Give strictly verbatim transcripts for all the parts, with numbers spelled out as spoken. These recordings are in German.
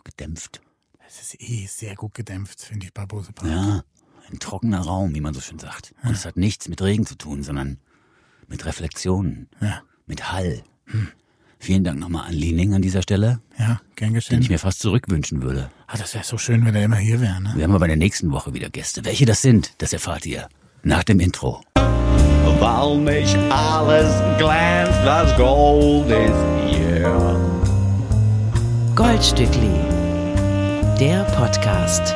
gedämpft. Es ist eh sehr gut gedämpft, finde ich, bei Bose Park. Ja, ein trockener Raum, wie man so schön sagt. Und es hat nichts mit Regen zu tun, sondern mit Reflexionen, Ja. mit Hall. Hm. Vielen Dank nochmal an Liening an dieser Stelle, Ja, gern den geschehen. ich mir fast zurückwünschen würde. Ah, das wäre so schön, wenn er immer hier wäre, ne? Wir haben aber in der nächsten Woche wieder Gäste. Welche das sind, das erfahrt ihr nach dem Intro. Weil nicht alles glänzt, was Gold ist hier. Goldstückli, der Podcast.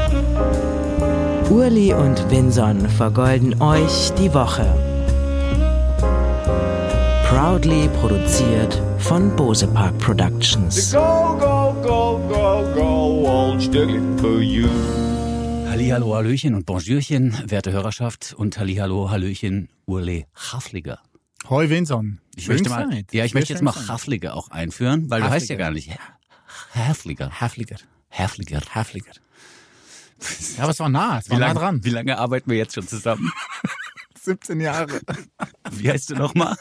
Urli und Vinson vergolden euch die Woche. Proudly produziert von Bose Park Productions. Go, go, go, go, go, old Stückli for you. Hallihallo, Hallöchen und Bonjourchen, werte Hörerschaft und Hallihallo, Hallöchen, Urli Hafliger. Hoi, Vinson. Ich Schön möchte mal, Zeit. ja, ich Sehr möchte jetzt schön mal Zeit. Hafliger auch einführen, weil du heißt ja Hafliger. gar nicht Hafliger. Hafliger. Hafliger. Hafliger. Ja, aber es war nah, es Wie war nah lange, dran. wie lange arbeiten wir jetzt schon zusammen? siebzehn Jahre. Wie heißt du nochmal?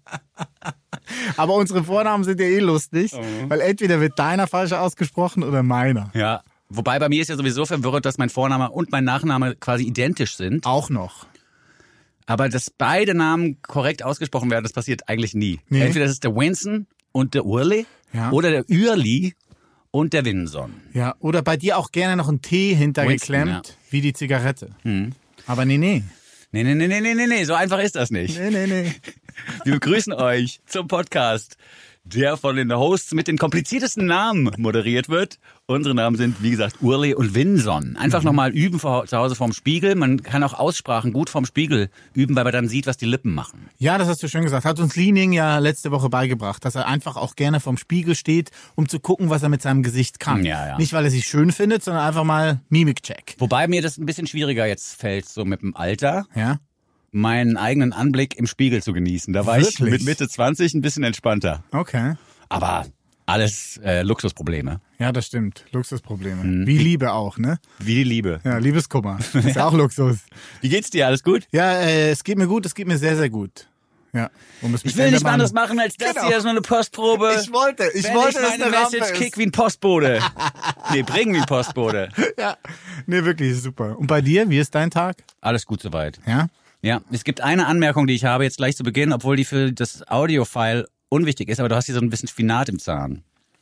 Aber unsere Vornamen sind ja eh lustig, Mhm. weil entweder wird deiner falsch ausgesprochen oder meiner. Ja. Wobei bei mir ist ja sowieso verwirrend, dass mein Vorname und mein Nachname quasi identisch sind. Auch noch. Aber dass beide Namen korrekt ausgesprochen werden, das passiert eigentlich nie. Nee. Entweder das ist der Winston und der Urli Ja. oder der Ürli und der Winson. Ja, oder bei dir auch gerne noch ein T hintergeklemmt, Winston, wie die Zigarette. Hm. Aber nee, nee. Nee, nee, nee, nee, nee, nee, nee, so einfach ist das nicht. Nee, nee, nee. Wir begrüßen euch zum Podcast, der von den Hosts mit den kompliziertesten Namen moderiert wird. Unsere Namen sind, wie gesagt, Urli und Vinson. Einfach Mhm. nochmal üben vor, zu Hause vorm Spiegel. Man kann auch Aussprachen gut vorm Spiegel üben, weil man dann sieht, was die Lippen machen. Ja, das hast du schön gesagt. Hat uns Liening ja letzte Woche beigebracht, dass er einfach auch gerne vorm Spiegel steht, um zu gucken, was er mit seinem Gesicht kann. Ja, ja. Nicht, weil er sich schön findet, sondern einfach mal Mimikcheck. Wobei mir das ein bisschen schwieriger jetzt fällt, so mit dem Alter, Ja? meinen eigenen Anblick im Spiegel zu genießen. Da war ich Wirklich? mit Mitte zwanzig ein bisschen entspannter. Okay. Aber alles äh, Luxusprobleme. Ja, das stimmt. Luxusprobleme. Mhm. Wie Liebe auch, ne? Wie die Liebe. Ja, Liebeskummer. Das ist ja auch Luxus. Wie geht's dir? Alles gut? Ja, äh, es geht mir gut, es geht mir sehr, sehr gut. Ja. Um es mit Ich will nicht Endermann- mal anderes machen als das Genau. hier, so eine Postprobe. Ich wollte, ich Wenn wollte, ich dass meine eine Rampe Message ist. kick wie ein Postbote. Nee, bring wie ein Postbote. Ja, nee, wirklich super. Und bei dir, wie ist dein Tag? Alles gut soweit. Ja? Ja, es gibt eine Anmerkung, die ich habe jetzt gleich zu Beginn, obwohl die für das Audio-File unwichtig ist, aber du hast hier so ein bisschen Spinat im Zahn.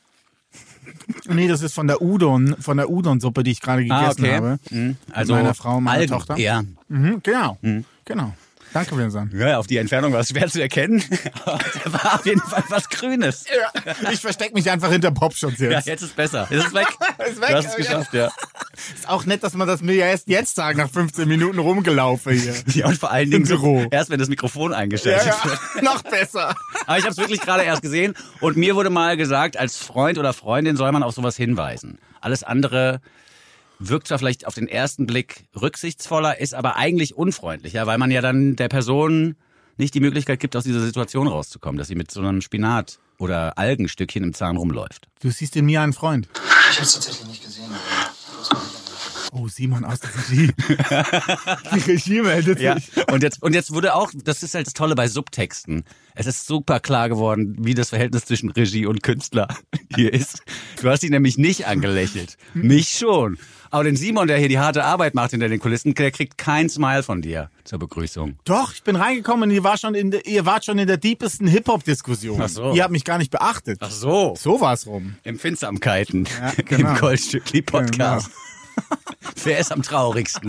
Nee, das ist von der Udon, von der Udon-Suppe, die ich gerade gegessen habe. Mhm. Also meiner Frau, meiner Algen. Tochter. Ja. Mhm, genau, genau. Danke, Vincent. Ja, auf die Entfernung war es schwer zu erkennen. Aber da war auf jeden Fall was Grünes. Ja, ich verstecke mich einfach hinter Popschutz Ja, jetzt. jetzt ist besser. Jetzt ist weg. Ist weg, Du hast es okay. geschafft, ja. Ist auch nett, dass man das mir ja erst jetzt sagt, nach fünfzehn Minuten rumgelaufen hier. Ja, und vor allen Dingen so, Büro. erst wenn das Mikrofon Ja, eingeschaltet ja, wird. noch besser. Aber ich habe es wirklich gerade erst gesehen und mir wurde mal gesagt, als Freund oder Freundin soll man auf sowas hinweisen. Alles andere wirkt zwar vielleicht auf den ersten Blick rücksichtsvoller, ist aber eigentlich unfreundlicher, weil man ja dann der Person nicht die Möglichkeit gibt, aus dieser Situation rauszukommen, dass sie mit so einem Spinat oder Algenstückchen im Zahn rumläuft. Du siehst in mir einen Freund. Ich habe es tatsächlich nicht gesehen. Aber Oh, Simon aus der Regie. Die Regie meldet Ja, sich. und jetzt, und jetzt wurde auch, das ist halt das Tolle bei Subtexten. Es ist super klar geworden, wie das Verhältnis zwischen Regie und Künstler hier ist. Du hast ihn nämlich nicht angelächelt. Mich schon. Aber den Simon, der hier die harte Arbeit macht hinter den Kulissen, der kriegt kein Smile von dir zur Begrüßung. Doch, ich bin reingekommen und ihr, war schon in der, ihr wart schon in der deepesten Hip-Hop-Diskussion. Ach so. Ihr habt mich gar nicht beachtet. Ach so. So war's rum. Empfindsamkeiten Ja, genau. im Goldstückli-Podcast. Wer ist am traurigsten?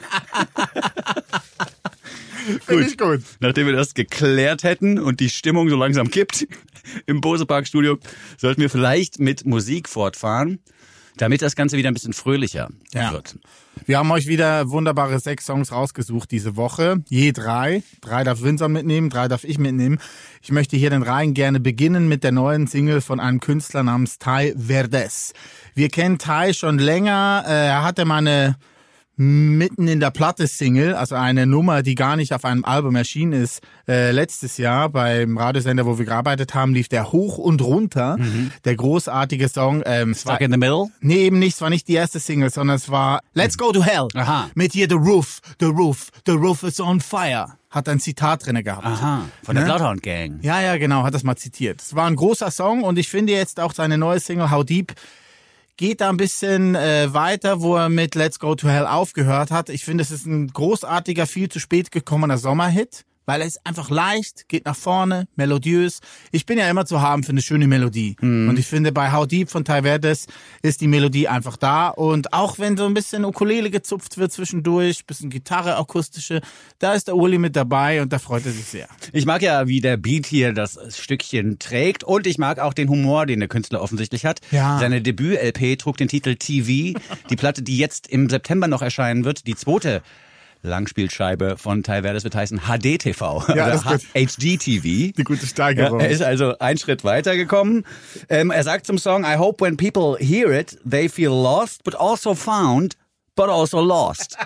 Finde ich gut. Nachdem wir das geklärt hätten und die Stimmung so langsam kippt im Bose Park Studio, sollten wir vielleicht mit Musik fortfahren, damit das Ganze wieder ein bisschen fröhlicher Ja. wird. Wir haben euch wieder wunderbare sechs Songs rausgesucht diese Woche. Je drei. Drei darf Vincent mitnehmen, drei darf ich mitnehmen. Ich möchte hier den Reihen gerne beginnen mit der neuen Single von einem Künstler namens Ty Verdes. Wir kennen Ty schon länger. Er hatte mal eine mitten in der Platte-Single, also eine Nummer, die gar nicht auf einem Album erschienen ist. Äh, letztes Jahr beim Radiosender, wo wir gearbeitet haben, lief der Hoch und Runter, mhm. der großartige Song. Ähm, es Stuck war, in the Middle? Nee, eben nicht, es war nicht die erste Single, sondern es war Let's Go to Hell. Aha. Mit hier The Roof, The Roof, The Roof is on fire. Hat ein Zitat drinne gehabt. Aha, von der Ne? Bloodhound Gang. Ja, ja, genau, hat das mal zitiert. Es war ein großer Song und ich finde jetzt auch seine neue Single How Deep geht da ein bisschen äh, weiter, wo er mit Let's Go to Hell aufgehört hat. Ich finde, es ist ein großartiger, viel zu spät gekommener Sommerhit. Weil er ist einfach leicht, geht nach vorne, melodiös. Ich bin ja immer zu haben für eine schöne Melodie. Mhm. Und ich finde, bei How Deep von Ty Verdes ist die Melodie einfach da. Und auch wenn so ein bisschen Ukulele gezupft wird zwischendurch, bisschen Gitarre, akustische, da ist der Uli mit dabei und da freut er sich sehr. Ich mag ja, wie der Beat hier das Stückchen trägt und ich mag auch den Humor, den der Künstler offensichtlich hat. Ja. Seine Debüt-L P trug den Titel T V. Die Platte, die jetzt im September noch erscheinen wird, die zweite Langspielscheibe von Ty Verdes wird heißen H D T V, ja, oder H D T V. Die gute Steigerung. Ja, er ist also einen Schritt weitergekommen. Ähm, er sagt zum Song, I hope when people hear it, they feel lost, but also found, but also lost.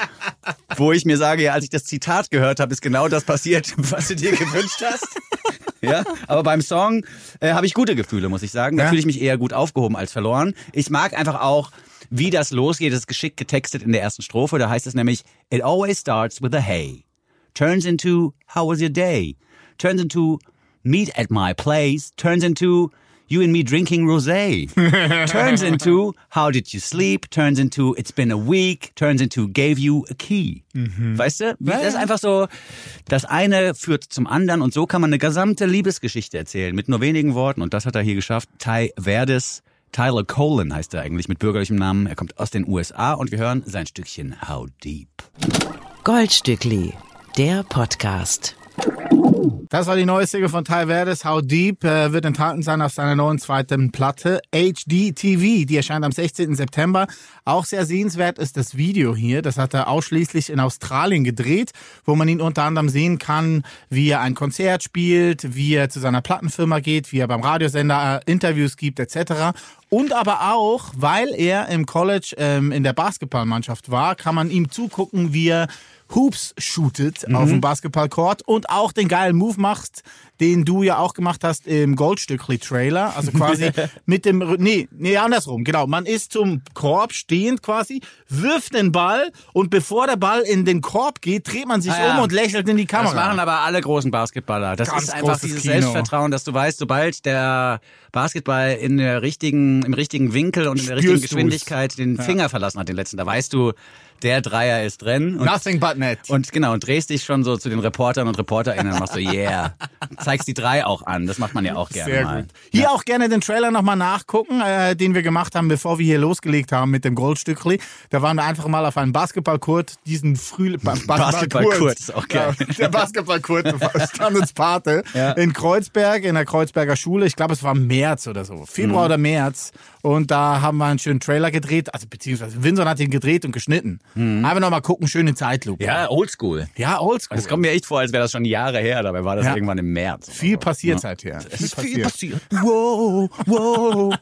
Wo ich mir sage, ja, als ich das Zitat gehört habe, ist genau das passiert, was du dir gewünscht hast. Ja, aber beim Song äh, habe ich gute Gefühle, muss ich sagen. Da ja. fühle ich mich eher gut aufgehoben als verloren. Ich mag einfach auch, wie das losgeht. Das ist geschickt getextet in der ersten Strophe. Da heißt es nämlich, it always starts with a hey. Turns into, how was your day? Turns into, meet at my place. Turns into, you and me drinking rosé. Turns into, how did you sleep? Turns into, it's been a week. Turns into, gave you a key. Mhm. Weißt du? Das ist einfach so, das eine führt zum anderen und so kann man eine gesamte Liebesgeschichte erzählen mit nur wenigen Worten und das hat er hier geschafft. Ty Verdes, Tyler Colin heißt er eigentlich mit bürgerlichem Namen. Er kommt aus den U S A und wir hören sein Stückchen How Deep. Goldstückli, der Podcast. Das war die neue Single von Ty Verdes, How Deep, äh, wird enthalten sein auf seiner neuen zweiten Platte, H D T V, die erscheint am sechzehnten September. Auch sehr sehenswert ist das Video hier, das hat er ausschließlich in Australien gedreht, wo man ihn unter anderem sehen kann, wie er ein Konzert spielt, wie er zu seiner Plattenfirma geht, wie er beim Radiosender äh, Interviews gibt et cetera. Und aber auch, weil er im College ähm, in der Basketballmannschaft war, kann man ihm zugucken, wie er Hoops shootet mhm. auf dem Basketballcourt und auch den geilen Move macht, den du ja auch gemacht hast im Goldstückli-Trailer. Also quasi mit dem, nee, nee, andersrum, genau. Man ist zum Korb stehend quasi, wirft den Ball und bevor der Ball in den Korb geht, dreht man sich ah, ja. um und lächelt in die Kamera. Das machen aber alle großen Basketballer. Das Ganz ist einfach dieses Kino. Selbstvertrauen, dass du weißt, sobald der Basketball in der richtigen, im richtigen Winkel und in der richtigen Geschwindigkeit den ja. Finger verlassen hat, den letzten, da weißt du, der Dreier ist drin. Und, Nothing but net. Und genau, und drehst dich schon so zu den Reportern und ReporterInnen und machst so, yeah. Zeigst die drei auch an. Das macht man ja auch gerne Sehr mal. Gut. Hier ja. auch gerne den Trailer nochmal nachgucken, äh, den wir gemacht haben, bevor wir hier losgelegt haben mit dem Goldstückli. Da waren wir einfach mal auf einem Basketballcourt, diesen Frühling... Ba Basketballcourt ist auch geil. Ja, der Basketballcourt stand uns Pate ja. in Kreuzberg, in der Kreuzberger Schule. Ich glaube, es war März oder so. Februar mhm. oder März. Und da haben wir einen schönen Trailer gedreht, also beziehungsweise Winson hat ihn gedreht und geschnitten. Mhm. Einfach nochmal gucken, schöne Zeitlupe. Ja, oldschool. Ja, oldschool. Das kommt mir echt vor, als wäre das schon Jahre her, dabei war das ja. irgendwann im März. Viel passiert ja. seither. Es ist viel passiert. Wow, wow.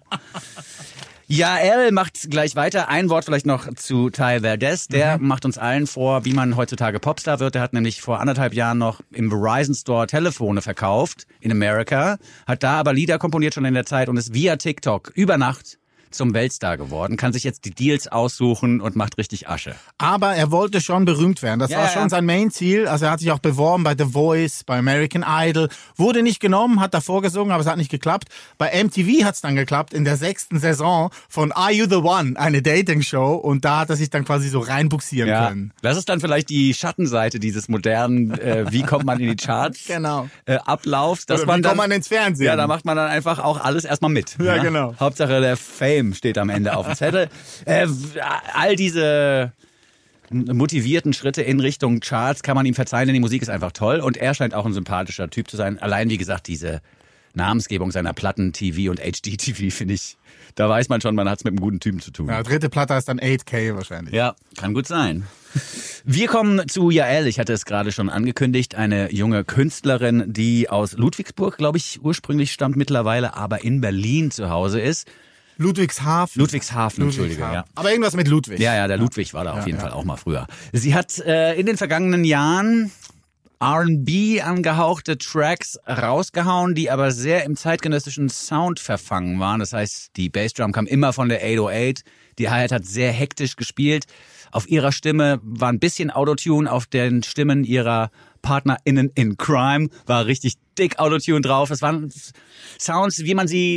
Jael macht gleich weiter. Ein Wort vielleicht noch zu Ty Verdes. Der mhm. macht uns allen vor, wie man heutzutage Popstar wird. Der hat nämlich vor anderthalb Jahren noch im Verizon Store Telefone verkauft in Amerika, hat da aber Lieder komponiert schon in der Zeit und ist via TikTok über Nacht zum Weltstar geworden, kann sich jetzt die Deals aussuchen und macht richtig Asche. Aber er wollte schon berühmt werden. Das ja, war schon ja. sein Main-Ziel. Also er hat sich auch beworben bei The Voice, bei American Idol. Wurde nicht genommen, hat davor gesungen, aber es hat nicht geklappt. Bei M T V hat es dann geklappt in der sechsten Saison von Are You The One, eine Dating-Show. Und da hat er sich dann quasi so reinbuxieren ja. können. Das ist dann vielleicht die Schattenseite dieses modernen, äh, wie kommt man in die Charts genau. äh, Ablaufs. Dass Oder man wie dann, kommt man ins Fernsehen? Ja, da macht man dann einfach auch alles erstmal mit. Ja, ja? genau. Hauptsache der Fame steht am Ende auf dem Zettel. Äh, all diese motivierten Schritte in Richtung Charts kann man ihm verzeihen, denn die Musik ist einfach toll und er scheint auch ein sympathischer Typ zu sein. Allein, wie gesagt, diese Namensgebung seiner Platten, T V und H D T V, finde ich, da weiß man schon, man hat es mit einem guten Typen zu tun. Ja, dritte Platte ist dann acht K wahrscheinlich. Ja, kann gut sein. Wir kommen zu Jael, ich hatte es gerade schon angekündigt, eine junge Künstlerin, die aus Ludwigsburg, glaube ich, ursprünglich stammt, mittlerweile aber in Berlin zu Hause ist. Ludwigshafen. Ludwigshafen, Entschuldige, ja. Aber irgendwas mit Ludwig. Ja, ja, der Ludwig war da ja, auf jeden ja. Fall auch mal früher. Sie hat äh, in den vergangenen Jahren R and B angehauchte Tracks rausgehauen, die aber sehr im zeitgenössischen Sound verfangen waren. Das heißt, die Bassdrum kam immer von der acht oh acht. Die Hi-Hat hat sehr hektisch gespielt. Auf ihrer Stimme war ein bisschen Autotune, auf den Stimmen ihrer PartnerInnen in Crime war richtig dick Autotune drauf. Es waren Sounds, wie man sie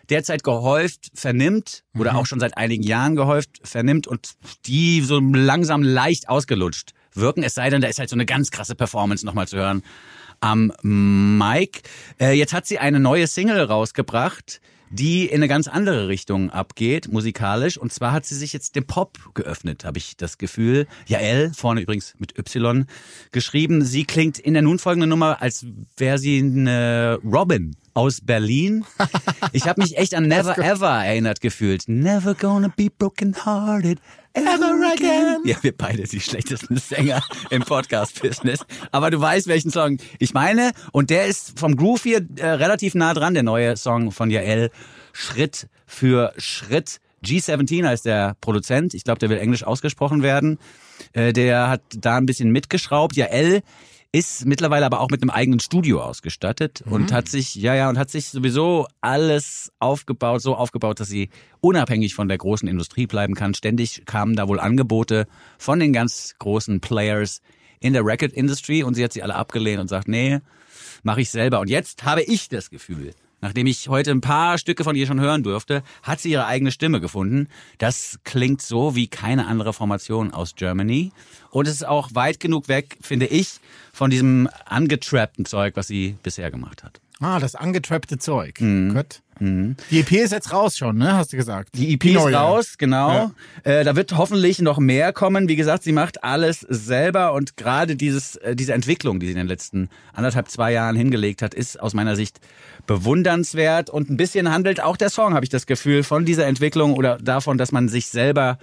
derzeit gehäuft vernimmt oder auch schon seit einigen Jahren gehäuft vernimmt und die so langsam leicht ausgelutscht wirken. Es sei denn, da ist halt so eine ganz krasse Performance nochmal zu hören am Mic. Äh, jetzt hat sie eine neue Single rausgebracht, die in eine ganz andere Richtung abgeht, musikalisch. Und zwar hat sie sich jetzt dem Pop geöffnet, habe ich das Gefühl. Jael, vorne übrigens mit Y geschrieben. Sie klingt in der nun folgenden Nummer, als wäre sie eine Robin aus Berlin. Ich habe mich echt an Never Ever erinnert gefühlt. Never gonna be broken hearted ever again. Ja, wir beide die schlechtesten Sänger im Podcast-Business. Aber du weißt, welchen Song ich meine. Und der ist vom Groove hier äh, relativ nah dran, der neue Song von Jael. Schritt für Schritt. G siebzehn heißt der Produzent. Ich glaube, der will englisch ausgesprochen werden. Äh, der hat da ein bisschen mitgeschraubt. Jael ist mittlerweile aber auch mit einem eigenen Studio ausgestattet mhm. und hat sich, ja, ja, und hat sich sowieso alles aufgebaut, so aufgebaut, dass sie unabhängig von der großen Industrie bleiben kann. Ständig kamen da wohl Angebote von den ganz großen Players in der Record Industry und sie hat sie alle abgelehnt und sagt, nee, mache ich selber. Und jetzt habe ich das Gefühl, nachdem ich heute ein paar Stücke von ihr schon hören durfte, hat sie ihre eigene Stimme gefunden. Das klingt so wie keine andere Formation aus Germany. Und es ist auch weit genug weg, finde ich, von diesem angetrappten Zeug, was sie bisher gemacht hat. Ah, das angetrappte Zeug. Mhm. Gut. Mhm. Die E P ist jetzt raus schon, ne? Hast du gesagt? Die E P ist raus, genau. Ja. Äh, da wird hoffentlich noch mehr kommen. Wie gesagt, sie macht alles selber und gerade dieses, äh, diese Entwicklung, die sie in den letzten anderthalb, zwei Jahren hingelegt hat, ist aus meiner Sicht bewundernswert und ein bisschen handelt auch der Song, habe ich das Gefühl, von dieser Entwicklung oder davon, dass man sich selber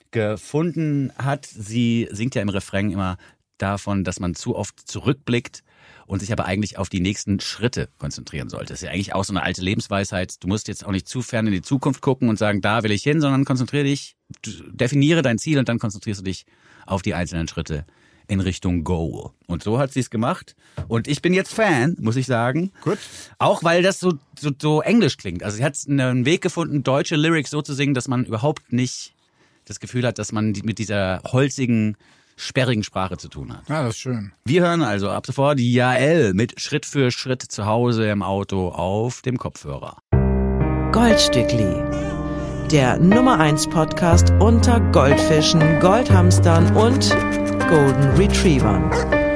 gefunden hat. Sie singt ja im Refrain immer davon, dass man zu oft zurückblickt und sich aber eigentlich auf die nächsten Schritte konzentrieren sollte. Das ist ja eigentlich auch so eine alte Lebensweisheit. Du musst jetzt auch nicht zu fern in die Zukunft gucken und sagen, da will ich hin, sondern konzentriere dich, definiere dein Ziel und dann konzentrierst du dich auf die einzelnen Schritte in Richtung Goal. Und so hat sie es gemacht. Und ich bin jetzt Fan, muss ich sagen. Gut. Auch weil das so, so, so englisch klingt. Also sie hat einen Weg gefunden, deutsche Lyrics so zu singen, dass man überhaupt nicht das Gefühl hat, dass man mit dieser holzigen, sperrigen Sprache zu tun hat. Ja, das ist schön. Wir hören also ab sofort die Jael mit Schritt für Schritt zu Hause im Auto auf dem Kopfhörer. Goldstückli, der Nummer eins Podcast unter Goldfischen, Goldhamstern und Golden Retrievern.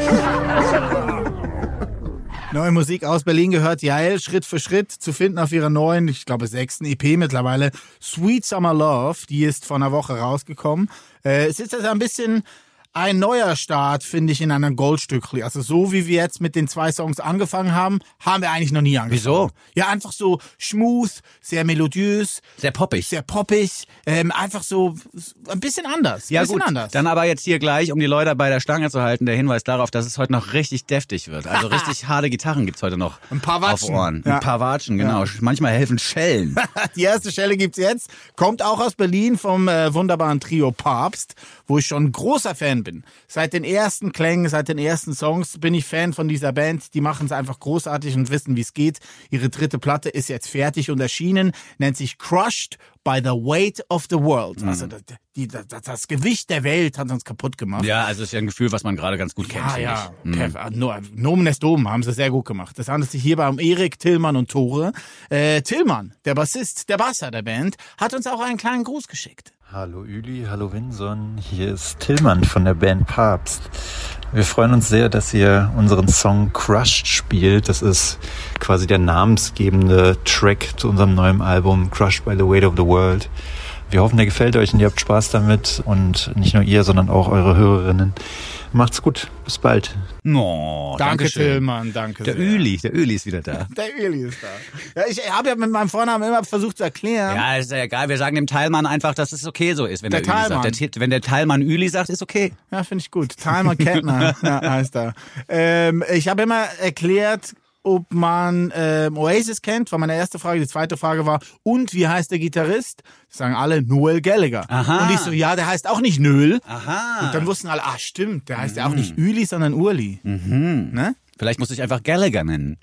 Neue Musik aus Berlin gehört, Jael, Schritt für Schritt, zu finden auf ihrer neuen, ich glaube, sechsten E P mittlerweile, Sweet Summer Love, die ist vor einer Woche rausgekommen. Äh, es ist also ein bisschen ein neuer Start, finde ich, in einem Goldstückli. Also so wie wir jetzt mit den zwei Songs angefangen haben, haben wir eigentlich noch nie angefangen. Wieso? Ja, einfach so smooth, sehr melodiös. Sehr poppig. Sehr poppig, ähm, einfach so ein bisschen anders. Ja ein bisschen gut, anders. dann aber jetzt hier gleich, um die Leute bei der Stange zu halten, der Hinweis darauf, dass es heute noch richtig deftig wird. Also richtig harte Gitarren gibt's heute noch ein paar Watschen. auf Ohren. Ja. Ein paar Watschen, genau. Ja. Manchmal helfen Schellen. Die erste Schelle gibt's jetzt. Kommt auch aus Berlin vom äh, wunderbaren Trio Papst, wo ich schon ein großer Fan bin. Seit den ersten Klängen, seit den ersten Songs bin ich Fan von dieser Band. Die machen es einfach großartig und wissen, wie es geht. Ihre dritte Platte ist jetzt fertig und erschienen, nennt sich Crushed by the Weight of the World. Mhm. Also das, die, das, das Gewicht der Welt hat uns kaputt gemacht. Ja, also ist ja ein Gefühl, was man gerade ganz gut kennt. Ja, ja. Mhm. No, Nomen est Omen haben sie sehr gut gemacht. Das handelt sich hierbei um Erik, Tillmann und Tore. Äh, Tillmann, der Bassist, der Basser der Band, hat uns auch einen kleinen Gruß geschickt. Hallo Üli, hallo Vinson, hier ist Tillmann von der Band Papst. Wir freuen uns sehr, dass ihr unseren Song Crushed spielt. Das ist quasi der namensgebende Track zu unserem neuen Album Crushed by the Weight of the World. Wir hoffen, der gefällt euch und ihr habt Spaß damit und nicht nur ihr, sondern auch eure Hörerinnen. Macht's gut, bis bald. Oh, danke, danke Tillmann, danke der sehr. Üli, der Üli ist wieder da. Der Üli ist da. Ja, ich habe ja mit meinem Vornamen immer versucht zu erklären. Ja, ist ja egal. Wir sagen dem Teilmann einfach, dass es okay so ist, wenn der, der Üli Teilmann. sagt. Der, wenn der Teilmann Üli sagt, ist okay. Ja, finde ich gut. Teilmann Kettner ja, heißt er. Ähm, ich habe immer erklärt, ob man ähm, Oasis kennt, war meine erste Frage. Die zweite Frage war, und wie heißt der Gitarrist? Das sagen alle, Noel Gallagher. Aha. Und ich so, ja, der heißt auch nicht Nöl. Aha. Und dann wussten alle, ah, stimmt, der heißt ja mhm. auch nicht Üli, sondern Urli. Mhm. Ne? Vielleicht muss ich einfach Gallagher nennen.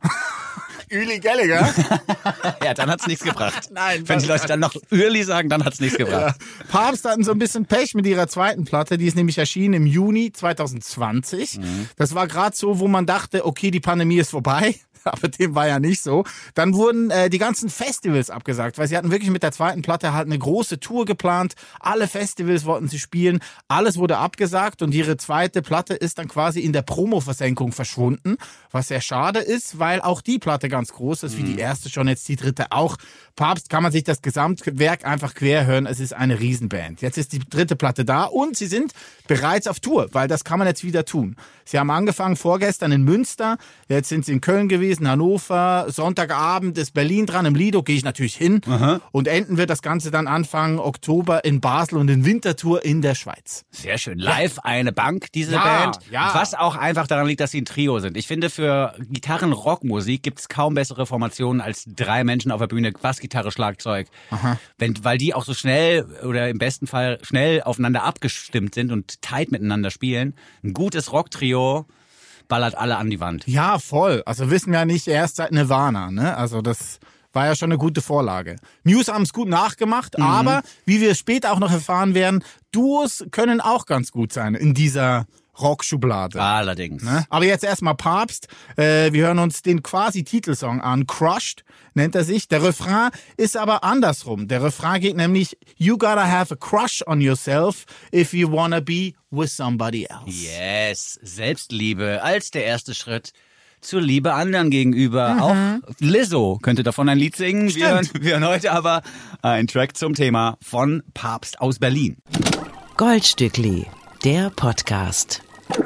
Üli Gallagher? Ja, dann hat's nichts gebracht. Nein. Wenn die Leute dann noch Üli sagen, dann hat's nichts gebracht. Ja. Papst hatten so ein bisschen Pech mit ihrer zweiten Platte. Die ist nämlich erschienen im Juni zwanzig zwanzig. Mhm. Das war gerade so, wo man dachte, okay, die Pandemie ist vorbei. aber dem war ja nicht so. Dann wurden äh, die ganzen Festivals abgesagt, weil sie hatten wirklich mit der zweiten Platte halt eine große Tour geplant. Alle Festivals wollten sie spielen, alles wurde abgesagt und ihre zweite Platte ist dann quasi in der Promo-Versenkung verschwunden, was sehr schade ist, weil auch die Platte ganz groß ist, wie die erste schon, jetzt die dritte auch. Papst, kann man sich das Gesamtwerk einfach quer hören, es ist eine Riesenband. Jetzt ist die dritte Platte da und sie sind bereits auf Tour, weil das kann man jetzt wieder tun. Sie haben angefangen vorgestern in Münster, jetzt sind sie in Köln gewesen, Hannover, Sonntagabend ist Berlin dran, im Lido gehe ich natürlich hin. Aha. Und enden wird das Ganze dann Anfang Oktober in Basel und in Winterthur in der Schweiz. Sehr schön. Live ja. Eine Bank, diese ja, Band. Ja. Was auch einfach daran liegt, dass sie ein Trio sind. Ich finde, für Gitarren-Rockmusik gibt es kaum bessere Formationen als drei Menschen auf der Bühne, Bassgitarre, Schlagzeug. Aha. Wenn, weil die auch so schnell oder im besten Fall schnell aufeinander abgestimmt sind und tight miteinander spielen. Ein gutes Rocktrio ballert alle an die Wand. Ja, voll. Also wissen wir ja nicht erst seit Nirvana, ne? Also das war ja schon eine gute Vorlage. Muse haben es gut nachgemacht, mhm. aber wie wir später auch noch erfahren werden, Duos können auch ganz gut sein in dieser Rockschublade. Allerdings. Ne? Aber jetzt erstmal Papst. Äh, wir hören uns den quasi Titelsong an. Crushed nennt er sich. Der Refrain ist aber andersrum. Der Refrain geht nämlich: You gotta have a crush on yourself if you wanna be with somebody else. Yes. Selbstliebe als der erste Schritt zur Liebe anderen gegenüber. Mhm. Auch Lizzo könnte davon ein Lied singen. Wir hören, wir hören heute aber einen Track zum Thema von Papst aus Berlin. Goldstückli, der Podcast.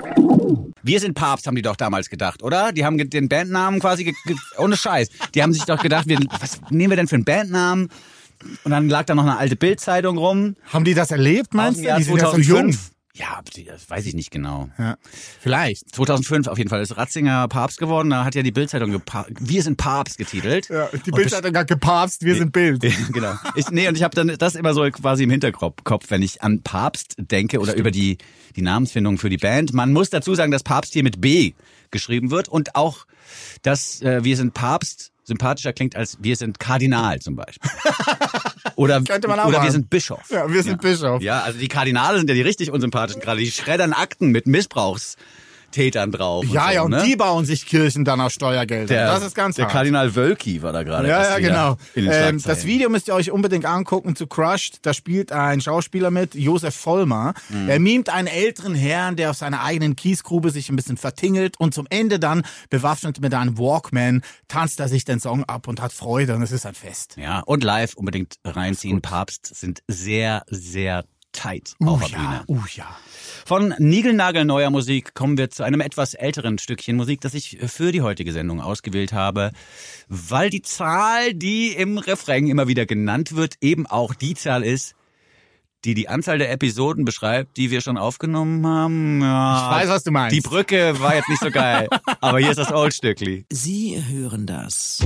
Wir sind Papst, haben die doch damals gedacht, oder? Die haben den Bandnamen quasi, ge- ge- ohne Scheiß, die haben sich doch gedacht, wir, was nehmen wir denn für einen Bandnamen? Und dann lag da noch eine alte Bildzeitung rum. Haben die das erlebt, meinst du? Die sind ja so jung. Ja, das weiß ich nicht genau. Ja, vielleicht. zweitausendfünf auf jeden Fall ist Ratzinger Papst geworden. Da hat ja die Bildzeitung gepa- Wir sind Papst getitelt. Ja, die Bildzeitung hat gepapst, wir sind Bild. Genau. Ich, nee, und ich habe dann das immer so quasi im Hinterkopf, wenn ich an Papst denke oder Stimmt. über die, die Namensfindung für die Band. Man muss dazu sagen, dass Papst hier mit B geschrieben wird und auch, dass äh, Wir sind Papst sympathischer klingt als Wir sind Kardinal zum Beispiel. Oder, oder wir sind Bischof. Ja, wir sind ja. Bischof. Ja, also die Kardinale sind ja die richtig unsympathischen, gerade die schreddern Akten mit Missbrauchstätern drauf. Ja, und so, ja, und ne? die bauen sich Kirchen dann aus Steuergeldern. Der, das ist ganz Der hart. Kardinal Wölki war da gerade. Ja, ja, genau. In den ähm, das Video müsst ihr euch unbedingt angucken zu Crushed. Da spielt ein Schauspieler mit, Josef Vollmer. Mhm. Er mimt einen älteren Herrn, der auf seiner eigenen Kiesgrube sich ein bisschen vertingelt und zum Ende dann, bewaffnet mit einem Walkman, tanzt er sich den Song ab und hat Freude und es ist ein Fest. Ja, und live unbedingt reinziehen. Papst sind sehr, sehr tight uh, auf der ja, Bühne. Uh, ja. Von niegelnagelneuer Musik kommen wir zu einem etwas älteren Stückchen Musik, das ich für die heutige Sendung ausgewählt habe, weil die Zahl, die im Refrain immer wieder genannt wird, eben auch die Zahl ist, die die Anzahl der Episoden beschreibt, die wir schon aufgenommen haben. Ja, ich weiß, was du meinst. Die Brücke war jetzt nicht so geil, aber hier ist das Oldstückli. Sie hören das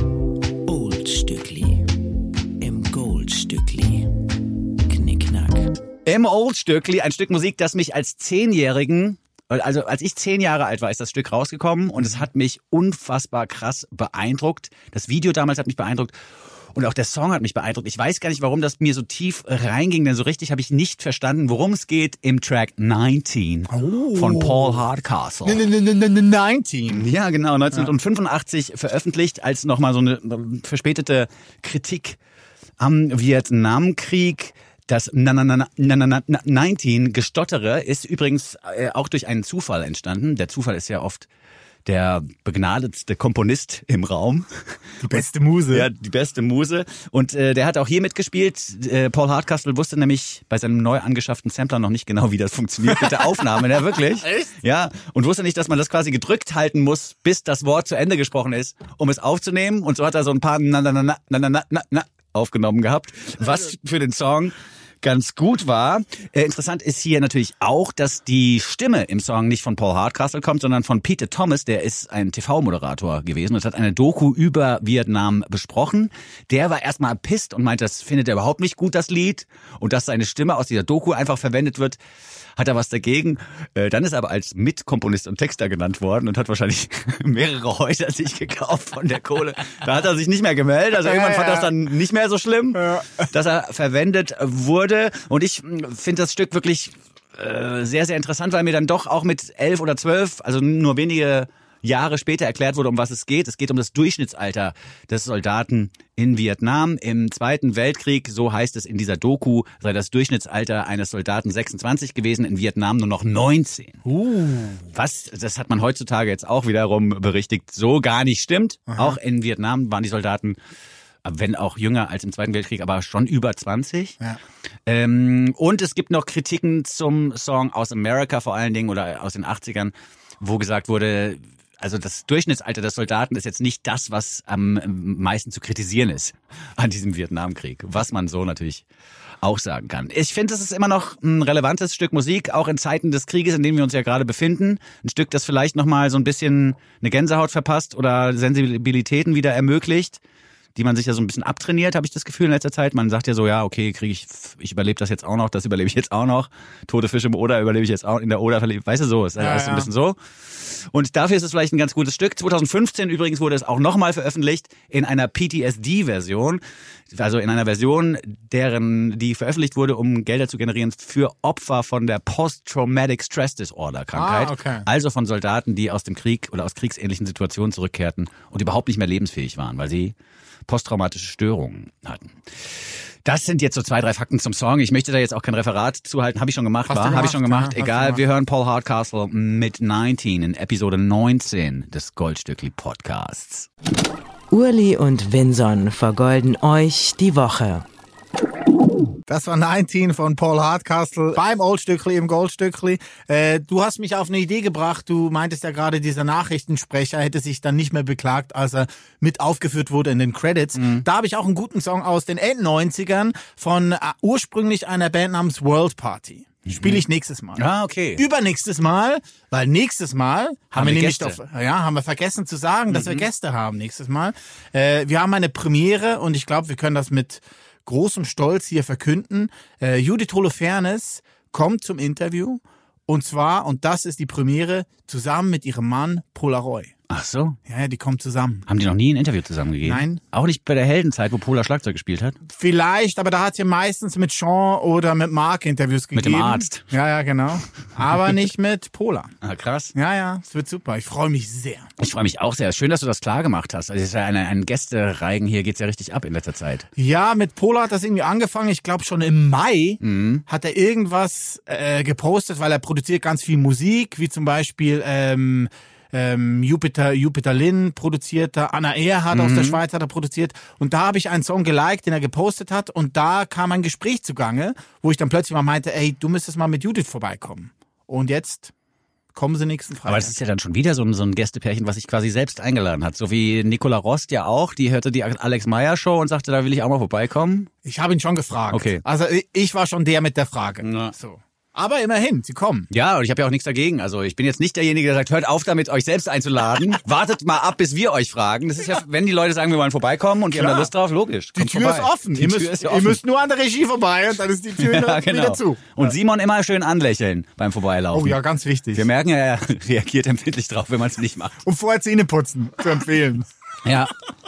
Oldstückli im Goldstückli. Knickknack. Im Oldstückli, ein Stück Musik, das mich als Zehnjährigen, also als ich zehn Jahre alt war, ist das Stück rausgekommen und es hat mich unfassbar krass beeindruckt. Das Video damals hat mich beeindruckt und auch der Song hat mich beeindruckt. Ich weiß gar nicht, warum das mir so tief reinging, denn so richtig habe ich nicht verstanden, worum es geht im Track neunzehn oh. von Paul Hardcastle. neunzehn? Ja, genau, neunzehnhundertfünfundachtzig ja. veröffentlicht als nochmal so eine verspätete Kritik am Vietnamkrieg. Das neunzehn Gestottere ist übrigens auch durch einen Zufall entstanden. Der Zufall ist ja oft der begnadetste Komponist im Raum. Die beste Muse. Ja, die beste Muse. Und äh, der hat auch hier mitgespielt. Äh, Paul Hardcastle wusste nämlich bei seinem neu angeschafften Sampler noch nicht genau, wie das funktioniert mit der Aufnahme. Ja, wirklich. Echt? Ja, und wusste nicht, dass man das quasi gedrückt halten muss, bis das Wort zu Ende gesprochen ist, um es aufzunehmen. Und so hat er so ein paar na na na na na na na na aufgenommen gehabt, was für den Song ganz gut war. Äh, interessant ist hier natürlich auch, dass die Stimme im Song nicht von Paul Hardcastle kommt, sondern von Peter Thomas. Der ist ein T V-Moderator gewesen und hat eine Doku über Vietnam besprochen. Der war erstmal pisst und meint, das findet er überhaupt nicht gut, das Lied. Und dass seine Stimme aus dieser Doku einfach verwendet wird, hat er was dagegen. Äh, dann ist er aber als Mitkomponist und Texter genannt worden und hat wahrscheinlich mehrere Häuser sich gekauft von der Kohle. Da hat er sich nicht mehr gemeldet. Also irgendwann ja, ja. fand er das dann nicht mehr so schlimm, ja. dass er verwendet wurde. Und ich finde das Stück wirklich äh, sehr, sehr interessant, weil mir dann doch auch mit elf oder zwölf, also nur wenige Jahre später erklärt wurde, um was es geht. Es geht um das Durchschnittsalter des Soldaten in Vietnam. Im Zweiten Weltkrieg, so heißt es in dieser Doku, sei das Durchschnittsalter eines Soldaten sechsundzwanzig gewesen, in Vietnam nur noch neunzehn. Uh. Was, das hat man heutzutage jetzt auch wiederum berichtigt, so gar nicht stimmt. Aha. Auch in Vietnam waren die Soldaten, wenn auch jünger als im Zweiten Weltkrieg, aber schon über zwanzig. Ja. Ähm, und es gibt noch Kritiken zum Song aus America vor allen Dingen oder aus den achtzigern, wo gesagt wurde, also das Durchschnittsalter des Soldaten ist jetzt nicht das, was am meisten zu kritisieren ist an diesem Vietnamkrieg, was man so natürlich auch sagen kann. Ich finde, es ist immer noch ein relevantes Stück Musik, auch in Zeiten des Krieges, in dem wir uns ja gerade befinden. Ein Stück, das vielleicht nochmal so ein bisschen eine Gänsehaut verpasst oder Sensibilitäten wieder ermöglicht, die man sich ja so ein bisschen abtrainiert, habe ich das Gefühl in letzter Zeit. Man sagt ja so, ja, okay, kriege ich, ich überlebe das jetzt auch noch, das überlebe ich jetzt auch noch. Tote Fische im Oder überlebe ich jetzt auch, in der Oder verlebe, weißt du, so, ist ja, alles ja. ein bisschen so. Und dafür ist es vielleicht ein ganz gutes Stück. zwanzig fünfzehn übrigens wurde es auch nochmal veröffentlicht in einer P T S D-Version, also in einer Version, deren, die veröffentlicht wurde, um Gelder zu generieren für Opfer von der Post-Traumatic Stress Disorder-Krankheit. Ah, okay. Also von Soldaten, die aus dem Krieg oder aus kriegsähnlichen Situationen zurückkehrten und überhaupt nicht mehr lebensfähig waren, weil sie posttraumatische Störungen hatten. Das sind jetzt so zwei, drei Fakten zum Song. Ich möchte da jetzt auch kein Referat zuhalten. Habe ich schon gemacht, war? Habe ich schon gemacht. Ja, Egal, wir hören Paul Hardcastle mit neunzehn in Episode neunzehn des Goldstückli Podcasts. Urli und Vinson vergolden euch die Woche. Das war neunzehn von Paul Hardcastle beim Oldstückli im Goldstückli. Äh, du hast mich auf eine Idee gebracht. Du meintest ja gerade, dieser Nachrichtensprecher hätte sich dann nicht mehr beklagt, als er mit aufgeführt wurde in den Credits. Mhm. Da habe ich auch einen guten Song aus den Endneunzigern von äh, ursprünglich einer Band namens World Party. Spiele ich nächstes Mal. Ah, okay. Übernächstes Mal, weil nächstes Mal haben, haben wir nämlich Gäste. Doch, ja, haben wir vergessen zu sagen, dass mhm. wir Gäste haben nächstes Mal. Äh, wir haben eine Premiere und ich glaube, wir können das mit großem Stolz hier verkünden. Äh, Judith Holofernes kommt zum Interview und zwar, und das ist die Premiere, zusammen mit ihrem Mann Polaroy. Ach so? Ja, die kommen zusammen. Haben die noch nie ein Interview zusammen gegeben? Nein. Auch nicht bei der Heldenzeit, wo Pola Schlagzeug gespielt hat? Vielleicht, aber da hat sie meistens mit Sean oder mit Mark Interviews gegeben. Mit dem Arzt. Ja, ja, genau. Aber nicht mit Pola. Ah, krass. Ja, ja, es wird super. Ich freue mich sehr. Ich freue mich auch sehr. Schön, dass du das klar gemacht hast. Also es ist ja eine, ein Gästereigen hier, geht's ja richtig ab in letzter Zeit. Ja, mit Pola hat das irgendwie angefangen. Ich glaube schon im Mai mhm. hat er irgendwas äh, gepostet, weil er produziert ganz viel Musik, wie zum Beispiel ähm, Ähm, Jupiter, Jupiter Lynn produziert da, Anna Erhardt mhm. aus der Schweiz hat er produziert und da habe ich einen Song geliked, den er gepostet hat und da kam ein Gespräch zugange, wo ich dann plötzlich mal meinte, ey, du müsstest mal mit Judith vorbeikommen. Und jetzt kommen sie nächsten Freitag. Aber das ist ja dann schon wieder so ein, so ein Gästepärchen, was sich quasi selbst eingeladen hat. So wie Nicola Rost ja auch, die hörte die Alex Meyer Show und sagte, da will ich auch mal vorbeikommen. Ich habe ihn schon gefragt. Okay. Also ich war schon der mit der Frage. Ja. So. Aber immerhin, sie kommen. Ja, und ich habe ja auch nichts dagegen. Also ich bin jetzt nicht derjenige, der sagt, hört auf damit, euch selbst einzuladen. Wartet mal ab, bis wir euch fragen. Das ist ja, wenn die Leute sagen, wir wollen vorbeikommen und Klar. die haben da Lust drauf, logisch. Die Kommt Tür vorbei. ist offen. Die ihr, Tür müsst, ist ja ihr offen. müsst nur an der Regie vorbei und dann ist die Tür ja, genau. wieder zu. Und ja. Simon immer schön anlächeln beim Vorbeilaufen. Oh ja, ganz wichtig. Wir merken ja, er reagiert empfindlich drauf, wenn man es nicht macht. Und vorher Zähne putzen, zu empfehlen. Ja.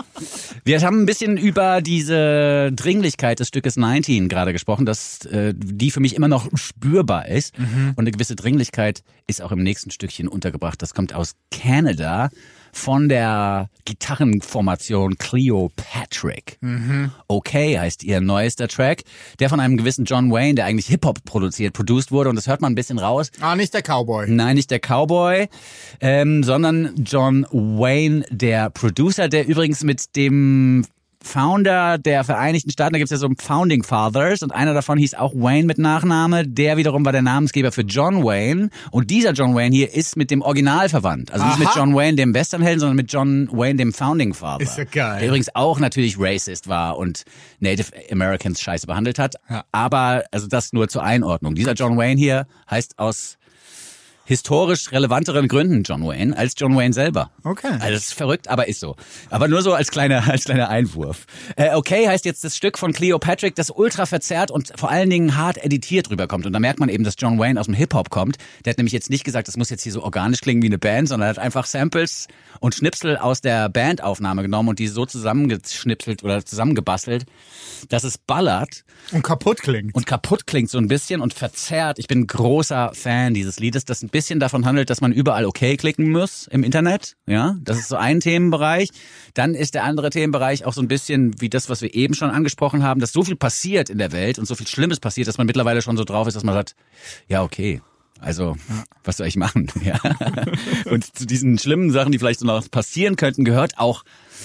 Wir haben ein bisschen über diese Dringlichkeit des Stückes neunzehn gerade gesprochen, dass äh, die für mich immer noch spürbar ist. Mhm. Und eine gewisse Dringlichkeit ist auch im nächsten Stückchen untergebracht. Das kommt aus Canada von der Gitarrenformation Cleopatrick. Mhm. Okay heißt ihr neuester Track, der von einem gewissen John Wayne, der eigentlich Hip-Hop produziert, produced wurde. Und das hört man ein bisschen raus. Ah, nicht der Cowboy. Nein, nicht der Cowboy, ähm, sondern John Wayne, der Producer, der übrigens mit dem Founder der Vereinigten Staaten, da gibt's ja so Founding Fathers und einer davon hieß auch Wayne mit Nachname, der wiederum war der Namensgeber für John Wayne und dieser John Wayne hier ist mit dem Original verwandt. Also nicht Aha. mit John Wayne, dem Westernhelden, sondern mit John Wayne, dem Founding Father. Ist ja geil. Der übrigens auch natürlich racist war und Native Americans scheiße behandelt hat. Ja. Aber, also das nur zur Einordnung. Dieser John Wayne hier heißt aus historisch relevanteren Gründen John Wayne als John Wayne selber. Okay. Also das ist verrückt, aber ist so. Aber nur so als kleiner als kleiner Einwurf. Äh, okay heißt jetzt das Stück von Cleopatrick, das ultra verzerrt und vor allen Dingen hart editiert rüberkommt. Und da merkt man eben, dass John Wayne aus dem Hip-Hop kommt. Der hat nämlich jetzt nicht gesagt, das muss jetzt hier so organisch klingen wie eine Band, sondern er hat einfach Samples und Schnipsel aus der Bandaufnahme genommen und die so zusammengeschnipselt oder zusammengebastelt, dass es ballert. Und kaputt klingt. Und kaputt klingt so ein bisschen und verzerrt. Ich bin ein großer Fan dieses Liedes. Das bisschen davon handelt, dass man überall okay klicken muss im Internet. Ja, das ist so ein Themenbereich. Dann ist der andere Themenbereich auch so ein bisschen wie das, was wir eben schon angesprochen haben, dass so viel passiert in der Welt und so viel Schlimmes passiert, dass man mittlerweile schon so drauf ist, dass man sagt, ja, okay. Also, was soll ich machen? Ja. Und zu diesen schlimmen Sachen, die vielleicht so noch passieren könnten, gehört auch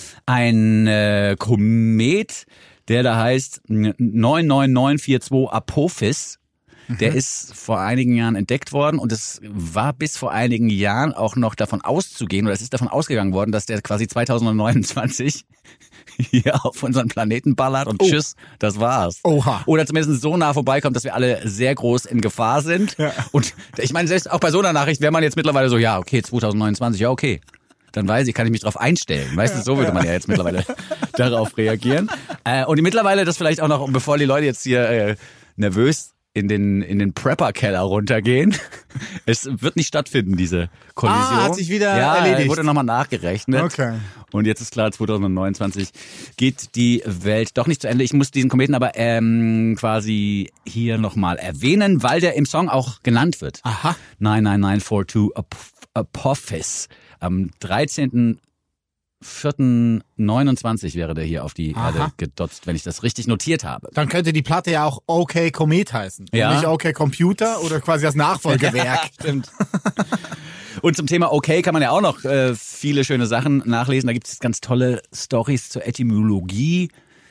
ein äh, Komet, der da heißt neun neun neun vier zwei Apophis. Der ist vor einigen Jahren entdeckt worden und es war bis vor einigen Jahren auch noch davon auszugehen, oder es ist davon ausgegangen worden, dass der quasi zweitausendneunundzwanzig hier auf unseren Planeten ballert und oh. tschüss, das war's. Oha. Oder zumindest so nah vorbeikommt, dass wir alle sehr groß in Gefahr sind. Ja. Und ich meine, selbst auch bei so einer Nachricht wäre man jetzt mittlerweile so, ja, okay, zweitausendneunundzwanzig, ja, okay. Dann weiß ich, kann ich mich drauf einstellen. Weißt du, so würde man ja jetzt mittlerweile darauf reagieren. Äh, und mittlerweile das vielleicht auch noch, bevor die Leute jetzt hier äh, nervös in den in den Prepper-Keller runtergehen. Es wird nicht stattfinden, diese Kollision. Ah, hat sich wieder ja, erledigt. Ja, wurde nochmal nachgerechnet. Okay. Und jetzt ist klar, zweitausendneunundzwanzig geht die Welt doch nicht zu Ende. Ich muss diesen Kometen aber ähm, quasi hier nochmal erwähnen, weil der im Song auch genannt wird. Aha. neun neun neun vier zwei Apophis. Am dreizehnten vierten neunundzwanzig wäre der hier auf die Aha. Erde gedotzt, wenn ich das richtig notiert habe. Dann könnte die Platte ja auch OK Komet heißen. Ja. Und nicht OK Computer oder quasi das Nachfolgewerk. Ja, stimmt. Und zum Thema OK kann man ja auch noch äh, viele schöne Sachen nachlesen. Da gibt es ganz tolle Storys zur Etymologie.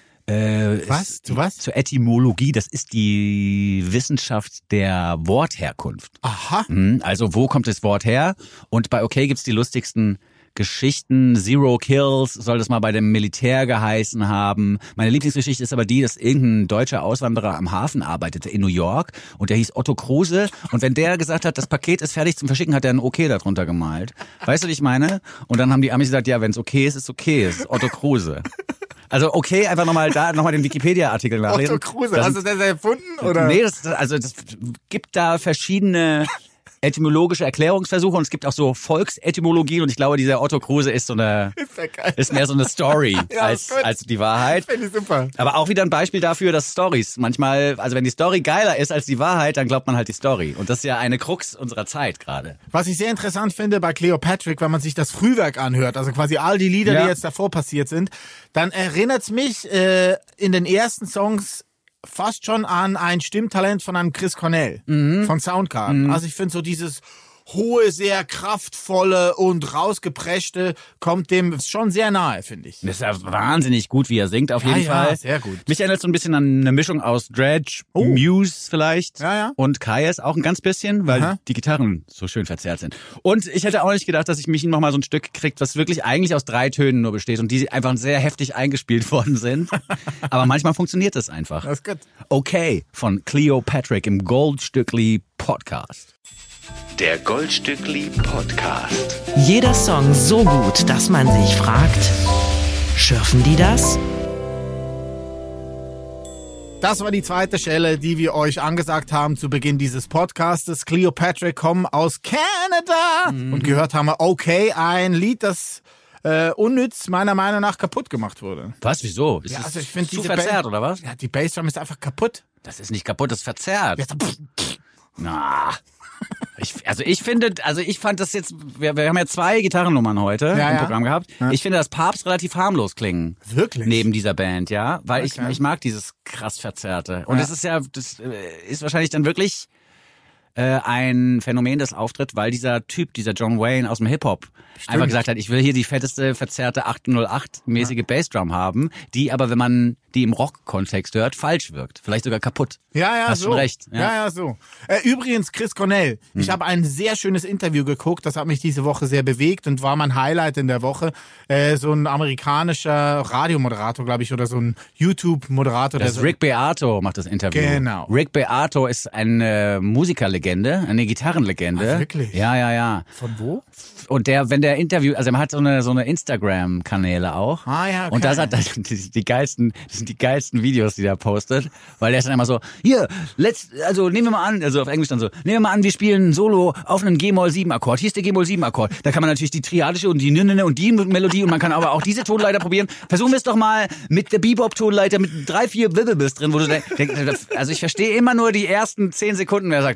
Äh, was? Zu was? Zur Etymologie. Das ist die Wissenschaft der Wortherkunft. Aha. Also wo kommt das Wort her? Und bei OK gibt's die lustigsten Geschichten. Zero Kills soll das mal bei dem Militär geheißen haben. Meine Lieblingsgeschichte ist aber die, dass irgendein deutscher Auswanderer am Hafen arbeitete in New York und der hieß Otto Kruse. Und wenn der gesagt hat, das Paket ist fertig zum Verschicken, hat er ein Okay darunter gemalt. Weißt du, wie ich meine? Und dann haben die Amis gesagt, ja, wenn es okay ist, ist okay. Es ist Otto Kruse. Also okay, einfach nochmal da nochmal den Wikipedia-Artikel nachlesen. Otto Kruse, das, hast du das erfunden? Oder? Nee, das, also das gibt da verschiedene etymologische Erklärungsversuche und es gibt auch so Volksetymologien und ich glaube, dieser Otto Kruse ist so eine, ist, ja geil. ist mehr so eine Story ja, als, als die Wahrheit. Finde ich super. Aber auch wieder ein Beispiel dafür, dass Storys manchmal, also wenn die Story geiler ist als die Wahrheit, dann glaubt man halt die Story. Und das ist ja eine Krux unserer Zeit gerade. Was ich sehr interessant finde bei Cleopatrick, wenn man sich das Frühwerk anhört, also quasi all die Lieder, ja. die jetzt davor passiert sind, dann erinnert es mich äh, in den ersten Songs fast schon an ein Stimmtalent von einem Chris Cornell mhm. von Soundgarden. Mhm. Also ich finde so dieses hohe, sehr kraftvolle und rausgepreschte kommt dem schon sehr nahe, finde ich. Das ist ja wahnsinnig gut, wie er singt, auf jeden ja, Fall. Ja, sehr gut. Mich erinnert so ein bisschen an eine Mischung aus Dredge, oh. Muse vielleicht ja, ja. und Kaius auch ein ganz bisschen, weil Aha. die Gitarren so schön verzerrt sind. Und ich hätte auch nicht gedacht, dass ich mich noch mal so ein Stück kriegt, was wirklich eigentlich aus drei Tönen nur besteht und die einfach sehr heftig eingespielt worden sind. Aber manchmal funktioniert das einfach. Das ist gut. Okay, von Cleopatrick im Goldstückli Podcast. Der Goldstückli Podcast. Jeder Song so gut, dass man sich fragt, schürfen die das? Das war die zweite Stelle, die wir euch angesagt haben zu Beginn dieses Podcastes. Cleopatrick kommen aus Kanada mhm. und gehört haben wir Okay, ein Lied, das äh, unnütz meiner Meinung nach kaputt gemacht wurde. Was, wieso? Ist ja, also ich zu diese verzerrt, ba- oder was? Ja, die Bassdrum ist einfach kaputt. Das ist nicht kaputt, das ist verzerrt. Ja, pff, pff. Na... Ich, also ich finde, also ich fand das jetzt, wir, wir haben ja zwei Gitarrennummern heute ja, im ja. Programm gehabt. Ja. Ich finde, dass Papst relativ harmlos klingen. Wirklich? Neben dieser Band, ja. Weil okay. ich, ich mag dieses krass Verzerrte. Und ja. das ist ja, das ist wahrscheinlich dann wirklich äh, ein Phänomen, das auftritt, weil dieser Typ, dieser John Wayne aus dem Hip-Hop Stimmt. einfach gesagt hat, ich will hier die fetteste, verzerrte achthundertacht-mäßige ja. Bassdrum haben, die aber, wenn man die im Rock-Kontext hört, falsch wirkt. Vielleicht sogar kaputt. Ja, ja, Hast so. schon recht. Ja, ja, ja so. Äh, übrigens, Chris Cornell. Hm. Ich habe ein sehr schönes Interview geguckt, das hat mich diese Woche sehr bewegt und war mein Highlight in der Woche. Äh, so ein amerikanischer Radiomoderator, glaube ich, oder so ein YouTube-Moderator. Das der Rick Beato macht das Interview. Genau. Rick Beato ist eine Musikerlegende, eine Gitarrenlegende. Ach, wirklich? Ja, ja, ja. Von wo? Und der, wenn der Interview, also er hat so eine so eine Instagram-Kanäle auch. Ah ja, okay. Und das hat das, die, die geilsten, das sind die geilsten Videos, die der postet, weil der ist dann immer so, hier, let's, also nehmen wir mal an, also auf Englisch dann so, nehmen wir mal an, wir spielen ein Solo auf einen G-Moll sieben Akkord. Hier ist der G-Moll sieben Akkord. Da kann man natürlich die triadische und die Nünne und die Melodie und man kann aber auch diese Tonleiter probieren. Versuchen wir es doch mal mit der Bebop-Tonleiter mit drei, vier Wibbelbiss drin, wo du denkst, also ich verstehe immer nur die ersten zehn Sekunden, wer sagt, wie wär's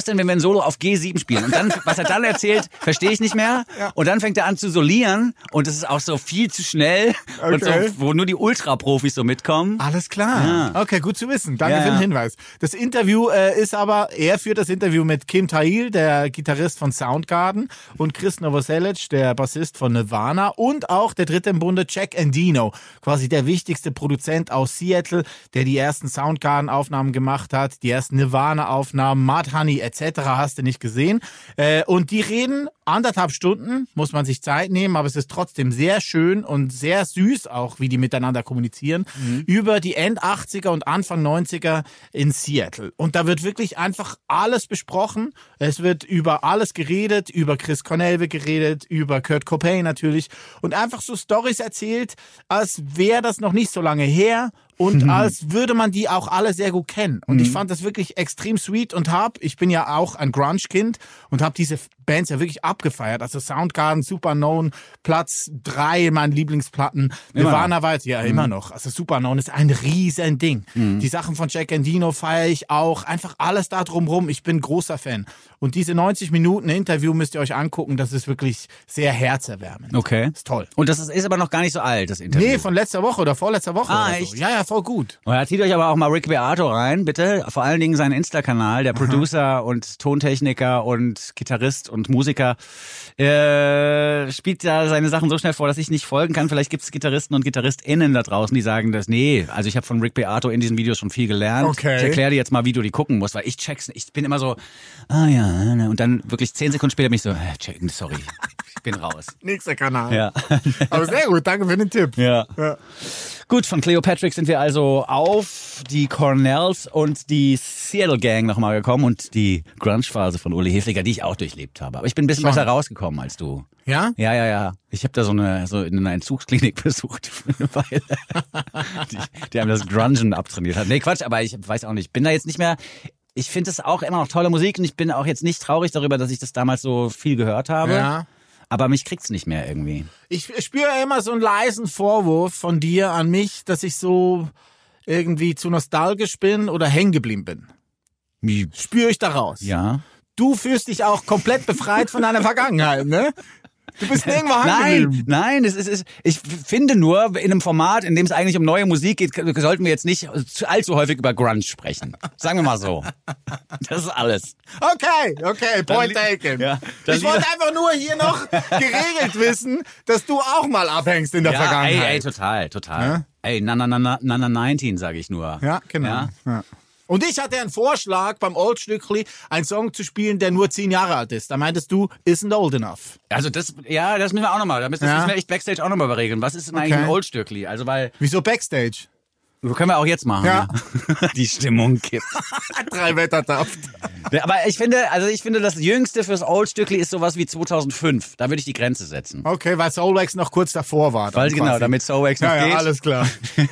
wär's denn, wenn wir ein Solo auf G sieben spielen? Und dann, was er dann erzählt, verstehe ich nicht mehr. Und dann fängt er an zu solieren und es ist auch so viel zu schnell Okay. und so, wo nur die Ultra-Profis so mitkommen. Alles klar. Ja. Okay, gut zu wissen. Danke Ja, für den ja. Hinweis. Das Interview äh, ist aber, er führt das Interview mit Kim Thayil, der Gitarrist von Soundgarden, und Chris Novoselic, der Bassist von Nirvana, und auch der dritte im Bunde, Jack Endino, quasi der wichtigste Produzent aus Seattle, der die ersten Soundgarden-Aufnahmen gemacht hat, die ersten Nirvana-Aufnahmen, Mudhoney et cetera hast du nicht gesehen. Äh, und die reden anderthalb Stunden, muss man sich Zeit nehmen, aber es ist trotzdem sehr schön und sehr süß auch, wie die miteinander kommunizieren, mhm. über die End-achtziger und Anfang neunziger in Seattle. Und da wird wirklich einfach alles besprochen. Es wird über alles geredet, über Chris Cornell wird geredet, über Kurt Cobain natürlich und einfach so Storys erzählt, als wäre das noch nicht so lange her. Und als würde man die auch alle sehr gut kennen. Und ich fand das wirklich extrem sweet und hab, ich bin ja auch ein Grunge-Kind und habe diese Bands ja wirklich abgefeiert. Also Soundgarden, Superunknown, Platz drei in meinen Lieblingsplatten. Nirvana war jetzt, ja mhm. immer noch. Also Superunknown ist ein riesen Ding. Mhm. Die Sachen von Jack Endino feiere ich auch. Einfach alles da drumrum. Ich bin großer Fan. Und diese neunzig Minuten Interview müsst ihr euch angucken. Das ist wirklich sehr herzerwärmend. Okay. Ist toll. Und das ist, ist aber noch gar nicht so alt, das Interview. Nee, von letzter Woche oder vorletzter Woche. Ah, oder so. echt? Ja, ja, voll gut. Und da zieht euch aber auch mal Rick Beato rein, bitte. Vor allen Dingen seinen Insta-Kanal, der Producer und Tontechniker und Gitarrist und Musiker. Äh, spielt da seine Sachen so schnell vor, dass ich nicht folgen kann. Vielleicht gibt es Gitarristen und GitarristInnen da draußen, die sagen, dass nee, also ich habe von Rick Beato in diesen Videos schon viel gelernt. Okay. Ich erkläre dir jetzt mal, wie du die gucken musst, weil ich check's nicht. Ich bin immer so, ah ja, und dann wirklich zehn Sekunden später bin ich so, äh, checken, sorry, ich bin raus. Nächster Kanal. Ja. Aber sehr gut, danke für den Tipp. Ja. Ja. Gut, von Cleopatrick sind wir also auf die Cornells und die Seattle Gang nochmal gekommen und die Grunge-Phase von Uli Hefliger, die ich auch durchlebt habe. Aber ich bin ein bisschen Schon. besser rausgekommen als du. Ja? Ja, ja, ja. Ich habe da so eine so in einer Entzugsklinik besucht für eine Weile, die, die einem das Grungen abtrainiert hat. Nee, Quatsch, aber ich weiß auch nicht. Ich bin da jetzt nicht mehr... Ich finde es auch immer noch tolle Musik und ich bin auch jetzt nicht traurig darüber, dass ich das damals so viel gehört habe. Ja. Aber mich kriegt's nicht mehr irgendwie. Ich spüre immer so einen leisen Vorwurf von dir an mich, dass ich so irgendwie zu nostalgisch bin oder hängen geblieben bin. Wie? Spüre ich daraus. Ja. Du fühlst dich auch komplett befreit von deiner Vergangenheit, ne? Du bist nirgendwo hängen Nein, geblieben. nein, es ist, es ist, ich finde nur, in einem Format, in dem es eigentlich um neue Musik geht, sollten wir jetzt nicht allzu häufig über Grunge sprechen. Sagen wir mal so. Das ist alles. Okay, okay, point Dann li- taken. Ja, dann ich wollte lieber- einfach nur hier noch geregelt wissen, dass du auch mal abhängst in der Ja, Vergangenheit. ey, ey, total, total. Ja? Ey, na, na, na, na, na, na, neunzehn, sage ich nur. Ja, genau. Ja? Ja. Und ich hatte einen Vorschlag beim Old Stückli, einen Song zu spielen, der nur zehn Jahre alt ist. Da meintest du, isn't old enough. Also das, ja, das müssen wir auch nochmal, das müssen Ja. wir echt Backstage auch nochmal beregeln. Was ist denn eigentlich Okay. ein Oldstückli? Also weil, Wieso Backstage? das können wir auch jetzt machen. Ja. Ne? Die Stimmung kippt. Drei Wettertaft. Aber ich finde, also ich finde, das Jüngste fürs Oldstückli ist sowas wie zweitausendfünf. Da würde ich die Grenze setzen. Okay, weil Soulwax noch kurz davor war. dann Weil genau, quasi. damit Soulwax noch Ja, ja, geht. alles klar.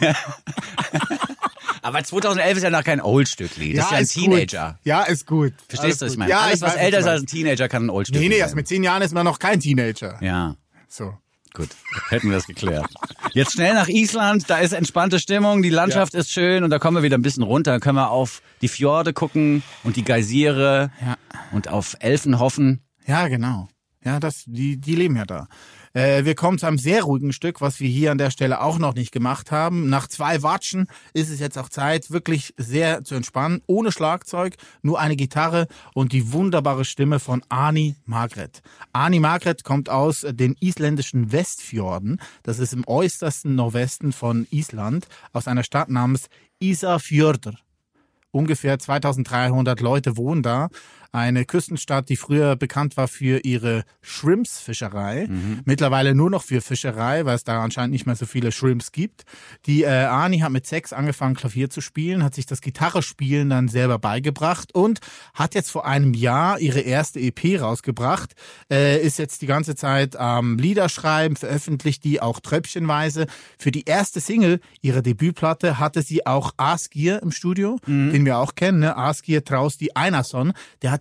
Aber zweitausendelf ist ja noch kein Oldstückli. Das ist ja ein Teenager. Gut. Ja, ist gut. Verstehst du, was Alles ich gut. meine? Ja, Alles, ich was weiß, älter ist du als ein meinst. Teenager, kann ein Oldstückli Nee, nee, sein. also mit zehn Jahren ist man noch kein Teenager. Ja, So. gut. Hätten wir das geklärt. Jetzt schnell nach Island, da ist entspannte Stimmung, die Landschaft ist schön und da kommen wir wieder ein bisschen runter. Dann können wir auf die Fjorde gucken und die Geysire Ja. und auf Elfen hoffen. Ja, genau. Ja, das, die, die leben ja da. Äh, wir kommen zu einem sehr ruhigen Stück, was wir hier an der Stelle auch noch nicht gemacht haben. Nach zwei Watschen ist es jetzt auch Zeit, wirklich sehr zu entspannen. Ohne Schlagzeug, nur eine Gitarre und die wunderbare Stimme von Ani Margret. Ani Margret kommt aus den isländischen Westfjorden. Das ist im äußersten Nordwesten von Island, aus einer Stadt namens Ísafjörður. Ungefähr zweitausenddreihundert Leute wohnen da. Eine Küstenstadt, die früher bekannt war für ihre Shrimps-Fischerei. Mhm. Mittlerweile nur noch für Fischerei, weil es da anscheinend nicht mehr so viele Shrimps gibt. Die äh, Ani hat mit sechs angefangen, Klavier zu spielen, hat sich das Gitarrespielen dann selber beigebracht und hat jetzt vor einem Jahr ihre erste E P rausgebracht. Äh, ist jetzt die ganze Zeit am ähm, Lieder schreiben, veröffentlicht die auch tröpfchenweise. Für die erste Single ihrer Debütplatte hatte sie auch Asgeir im Studio, mhm. den wir auch kennen. Ne? Asgeir Trausti Einarsson, der hat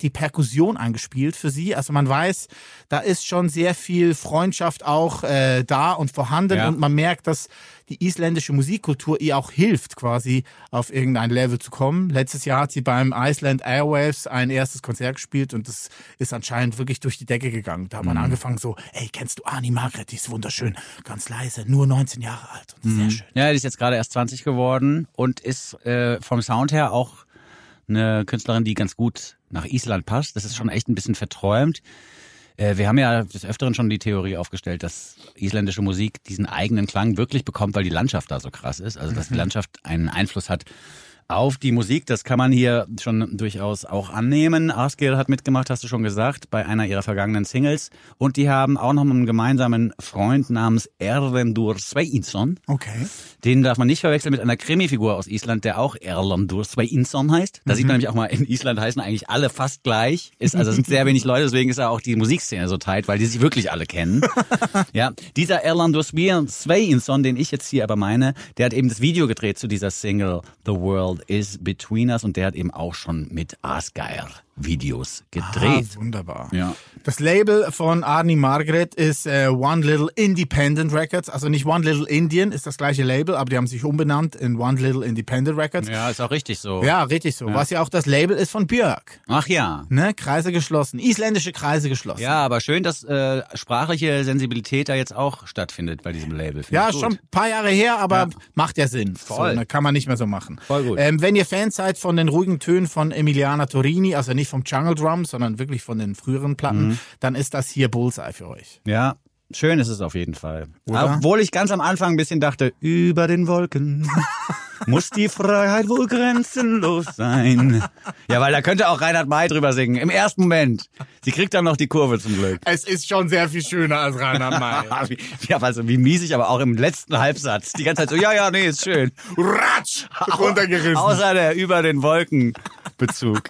hat die Perkussion eingespielt für sie. Also man weiß, da ist schon sehr viel Freundschaft auch äh, da und vorhanden Ja. und man merkt, dass die isländische Musikkultur ihr auch hilft, quasi auf irgendein Level zu kommen. Letztes Jahr hat sie beim Iceland Airwaves ein erstes Konzert gespielt und das ist anscheinend wirklich durch die Decke gegangen. Da hat man angefangen so, ey, kennst du Ani Margret? Die ist wunderschön, ganz leise, nur neunzehn Jahre alt und sehr schön. Ja, die ist jetzt gerade erst zwanzig geworden und ist äh, vom Sound her auch eine Künstlerin, die ganz gut nach Island passt. Das ist schon echt ein bisschen verträumt. Äh, wir haben ja des Öfteren schon die Theorie aufgestellt, dass isländische Musik diesen eigenen Klang wirklich bekommt, weil die Landschaft da so krass ist. Also dass die Landschaft einen Einfluss hat auf die Musik. Das kann man hier schon durchaus auch annehmen. Asgeir hat mitgemacht, hast du schon gesagt, bei einer ihrer vergangenen Singles. Und die haben auch noch einen gemeinsamen Freund namens Erlendur Sveinsson. Okay. Den darf man nicht verwechseln mit einer Krimi-Figur aus Island, der auch Erlendur Sveinsson heißt. Da sieht man nämlich auch mal, in Island heißen eigentlich alle fast gleich. Ist, also es sind sehr wenig Leute, deswegen ist auch die Musikszene so tight, weil die sich wirklich alle kennen. Ja, dieser Erlendur Sveinsson, den ich jetzt hier aber meine, der hat eben das Video gedreht zu dieser Single The World is Between Us und der hat eben auch schon mit Asgeir Videos gedreht. Ah, wunderbar. Ja. Das Label von Ani Margret ist äh, One Little Independent Records. Also nicht One Little Indian, ist das gleiche Label, aber die haben sich umbenannt in One Little Independent Records. Ja, ist auch richtig so. Ja, richtig so. Ja. Was ja auch das Label ist von Björk. Ach ja. Ne? Kreise geschlossen. Isländische Kreise geschlossen. Ja, aber schön, dass äh, sprachliche Sensibilität da jetzt auch stattfindet bei diesem Label. Find Ja, ich gut. schon ein paar Jahre her, aber Ja. macht ja Sinn. Voll. So, ne, kann man nicht mehr so machen. Voll gut. Ähm, wenn ihr Fans seid von den ruhigen Tönen von Emiliana Torini, also nicht vom Jungle Drum, sondern wirklich von den früheren Platten, Mhm. dann ist das hier Bullseye für euch. Ja, schön ist es auf jeden Fall. Oder? Obwohl ich ganz am Anfang ein bisschen dachte, über den Wolken muss die Freiheit wohl grenzenlos sein. Ja, weil da könnte auch Reinhard May drüber singen. Im ersten Moment. Sie kriegt dann noch die Kurve zum Glück. Es ist schon sehr viel schöner als Reinhard May. wie, ja, also wie mies ich aber auch im letzten Halbsatz. Die ganze Zeit so, ja, ja, nee, ist schön. Ratsch! Runtergerissen. Außer der über den Wolken Bezug.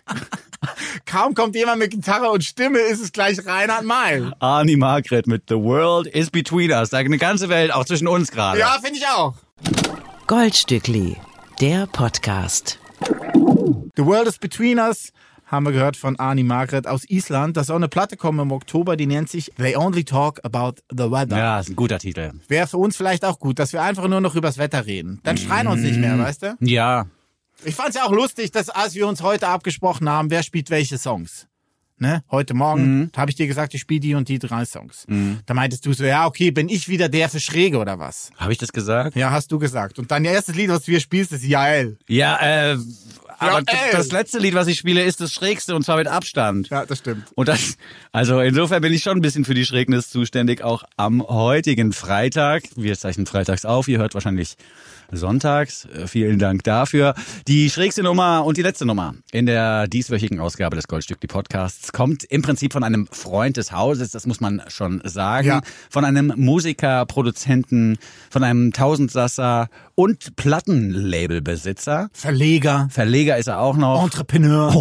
Kaum kommt jemand mit Gitarre und Stimme, ist es gleich Reinhard May. Ani Margret mit The World is Between Us. Da eine ganze Welt, auch zwischen uns gerade. Ja, finde ich auch. Goldstückli, der Podcast. The World is Between Us haben wir gehört von Ani Margret aus Island. Da soll eine Platte kommen im Oktober, die nennt sich They Only Talk About the Weather. Ja, ist ein guter Titel. Wäre für uns vielleicht auch gut, dass wir einfach nur noch übers Wetter reden. Dann schreien uns nicht mehr, weißt du? Ja. Ich fand's ja auch lustig, dass als wir uns heute abgesprochen haben, wer spielt welche Songs. Ne? Heute Morgen Mhm. habe ich dir gesagt, ich spiele die und die drei Songs. Da meintest du so, ja okay, bin ich wieder der für Schräge oder was? Habe ich das gesagt? Ja, hast du gesagt. Und dein erstes Lied, was du hier spielst, ist Jael. Ja, äh, aber Ja, ey. das letzte Lied, was ich spiele, ist das Schrägste und zwar mit Abstand. Ja, das stimmt. Und das, also insofern bin ich schon ein bisschen für die Schrägnis zuständig, auch am heutigen Freitag. Wir zeichnen freitags auf, ihr hört wahrscheinlich sonntags. Äh, Vielen Dank dafür. Die schrägste Nummer und die letzte Nummer in der dieswöchigen Ausgabe des Goldstückli Podcasts kommt im Prinzip von einem Freund des Hauses, das muss man schon sagen. Ja. Von einem Musiker, Produzenten, von einem Tausendsasser und Plattenlabelbesitzer. Verleger, Verleger ist er auch noch. Entrepreneur.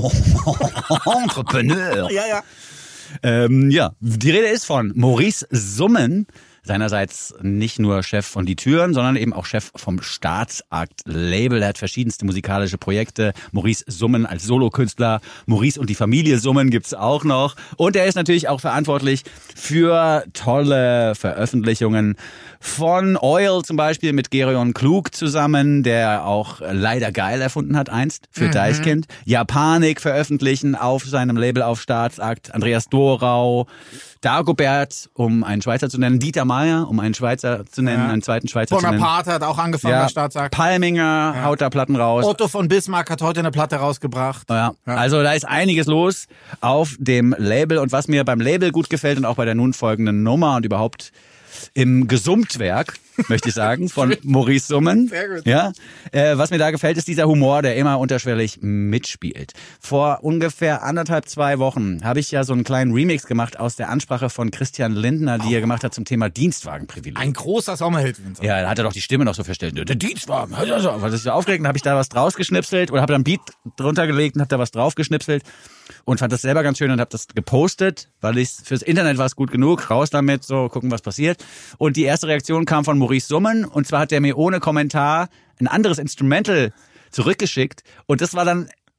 Entrepreneur. Ja, ja. Ähm, ja, die Rede ist von Maurice Summen, seinerseits nicht nur Chef von Die Türen, sondern eben auch Chef vom Staatsakt-Label. Er hat verschiedenste musikalische Projekte. Maurice Summen als Solokünstler, Maurice und die Familie Summen gibt's auch noch. Und er ist natürlich auch verantwortlich für tolle Veröffentlichungen von Oil zum Beispiel mit Gerion Klug zusammen, der auch Leider Geil erfunden hat einst für Mhm. Deichkind. Japanik veröffentlichen auf seinem Label auf Staatsakt. Andreas Dorau, Dagobert, um einen Schweizer zu nennen, Dieter Meier, um einen Schweizer zu nennen, Ja. einen zweiten Schweizer zu nennen. Bonaparte hat auch angefangen bei Staatsakt. Palminger haut da Platten raus. Otto von Bismarck hat heute eine Platte rausgebracht. Ja. Ja. Also da ist einiges los auf dem Label und was mir beim Label gut gefällt und auch bei der nun folgenden Nummer und überhaupt im Gesummtwerk, möchte ich sagen, von Maurice Summen. Sehr gut. Ja, äh, was mir da gefällt, ist dieser Humor, der immer unterschwellig mitspielt. Vor ungefähr anderthalb, zwei Wochen habe ich ja so einen kleinen Remix gemacht aus der Ansprache von Christian Lindner, die er gemacht hat zum Thema Dienstwagenprivileg. Ein großer Sommerhit, Vincent. Ja, da hat er doch die Stimme noch so verstellt. Der Dienstwagen. Was ist so aufgeregt? Dann habe ich da was draus geschnipselt oder habe da ein Beat drunter gelegt und habe da was drauf geschnipselt und fand das selber ganz schön und habe das gepostet, weil ich fürs Internet war es gut genug. Raus damit, so gucken, was passiert. Und die erste Reaktion kam von Maurice Summen und zwar hat er mir ohne Kommentar ein anderes Instrumental zurückgeschickt und das war dann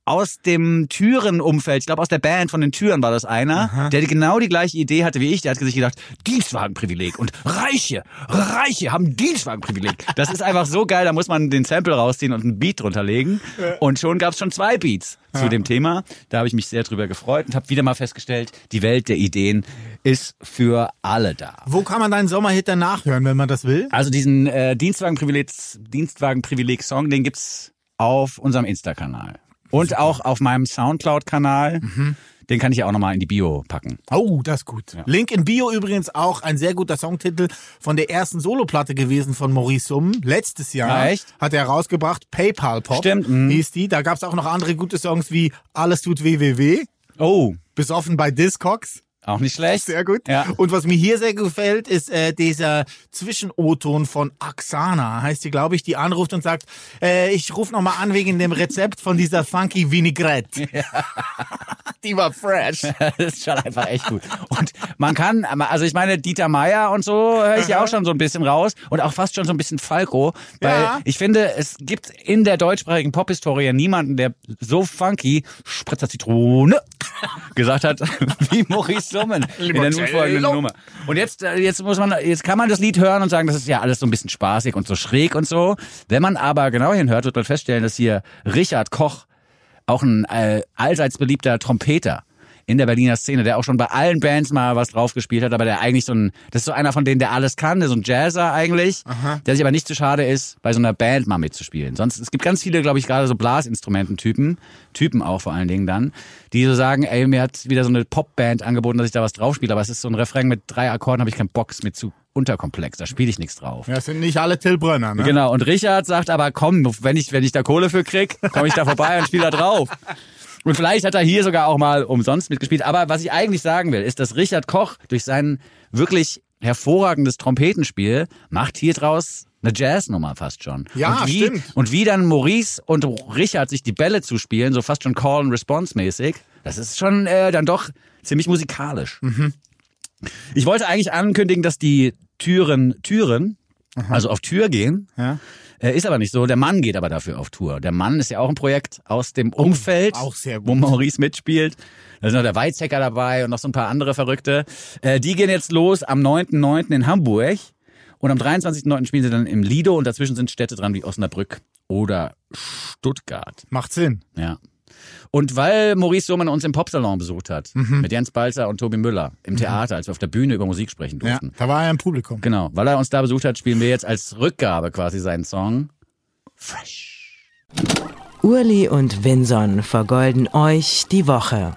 aus dem Türen-Umfeld, ich glaube aus der Band von den Türen war das einer, Aha. der genau die gleiche Idee hatte wie ich. Der hat sich gedacht, Dienstwagenprivileg und Reiche, Reiche haben Dienstwagenprivileg. Das ist einfach so geil, da muss man den Sample rausziehen und einen Beat drunter legen. Und schon gab es schon zwei Beats zu ja. dem Thema. Da habe ich mich sehr drüber gefreut und habe wieder mal festgestellt, die Welt der Ideen ist für alle da. Wo kann man deinen Sommerhit dann nachhören, wenn man das will? Also diesen äh, Dienstwagenprivileg, Dienstwagenprivileg-Song, den gibt's auf unserem Insta-Kanal. Und auch auf meinem Soundcloud-Kanal. Mhm. Den kann ich ja auch nochmal in die Bio packen. Oh, das ist gut. Ja. Link in Bio übrigens auch ein sehr guter Songtitel von der ersten Soloplatte gewesen von Maurice Summen. Letztes Jahr ja, echt? hat er rausgebracht, PayPal Pop Stimmt. hieß die. Da gab's auch noch andere gute Songs wie Alles tut weh, weh, weh. Oh. Besoffen bei Discogs. Auch nicht schlecht. Sehr gut. Ja. Und was mir hier sehr gefällt, ist äh, dieser Zwischen-O-Ton von Oksana, heißt die, glaube ich, die anruft und sagt, äh, ich rufe nochmal an wegen dem Rezept von dieser funky Vinaigrette. Ja. Die war fresh. Das ist schon einfach echt gut. Und man kann, also ich meine, Dieter Meier und so höre ich ja auch schon so ein bisschen raus und auch fast schon so ein bisschen Falco, weil ja. ich finde, es gibt in der deutschsprachigen Pop-Historie niemanden, der so funky Spritzer Zitrone gesagt hat, wie Maurice Summen in der nun folgenden Nummer. Und jetzt, jetzt muss man, jetzt kann man das Lied hören und sagen, das ist ja alles so ein bisschen spaßig und so schräg und so. Wenn man aber genau hinhört, wird man feststellen, dass hier Richard Koch, auch ein äh, allseits beliebter Trompeter in der Berliner Szene, der auch schon bei allen Bands mal was drauf gespielt hat, aber der eigentlich so ein, das ist so einer von denen, der alles kann, der so ein Jazzer eigentlich, Aha. der sich aber nicht zu schade ist, bei so einer Band mal mitzuspielen. Sonst, es gibt ganz viele, glaube ich, gerade so Blasinstrumententypen, Typen auch vor allen Dingen dann, die so sagen, ey, mir hat wieder so eine Popband angeboten, dass ich da was drauf spiele, aber es ist so ein Refrain mit drei Akkorden, habe ich keinen Bock, mit zu unterkomplex, da spiele ich nichts drauf. Ja, das sind nicht alle Till Brönner, ne? Genau, und Richard sagt aber, komm, wenn ich, wenn ich da Kohle für krieg, komme ich da vorbei und spiele da drauf. Und vielleicht hat er hier sogar auch mal umsonst mitgespielt. Aber was ich eigentlich sagen will, ist, dass Richard Koch durch sein wirklich hervorragendes Trompetenspiel macht hier draus eine Jazznummer fast schon. Ja, und wie, stimmt. Und wie dann Maurice und Richard sich die Bälle zuspielen, so fast schon Call-and-Response-mäßig, das ist schon äh, dann doch ziemlich musikalisch. Mhm. Ich wollte eigentlich ankündigen, dass die Türen, Türen, Aha. also auf Tür gehen, ja. Ist aber nicht so. Der Mann geht aber dafür auf Tour. Der Mann ist ja auch ein Projekt aus dem Umfeld, auch sehr gut. wo Maurice mitspielt. Da ist noch der Weizsäcker dabei und noch so ein paar andere Verrückte. Äh, die gehen jetzt los am neunten neunten in Hamburg und am dreiundzwanzigsten neunten spielen sie dann im Lido und dazwischen sind Städte dran wie Osnabrück oder Stuttgart. Macht Sinn. Ja. Und weil Maurice Summen uns im Popsalon besucht hat, mhm. mit Jens Balzer und Tobi Müller im Theater, als wir auf der Bühne über Musik sprechen durften. Ja, da war er im Publikum. Genau, weil er uns da besucht hat, spielen wir jetzt als Rückgabe quasi seinen Song Fresh. Urli und Vinson vergolden euch die Woche.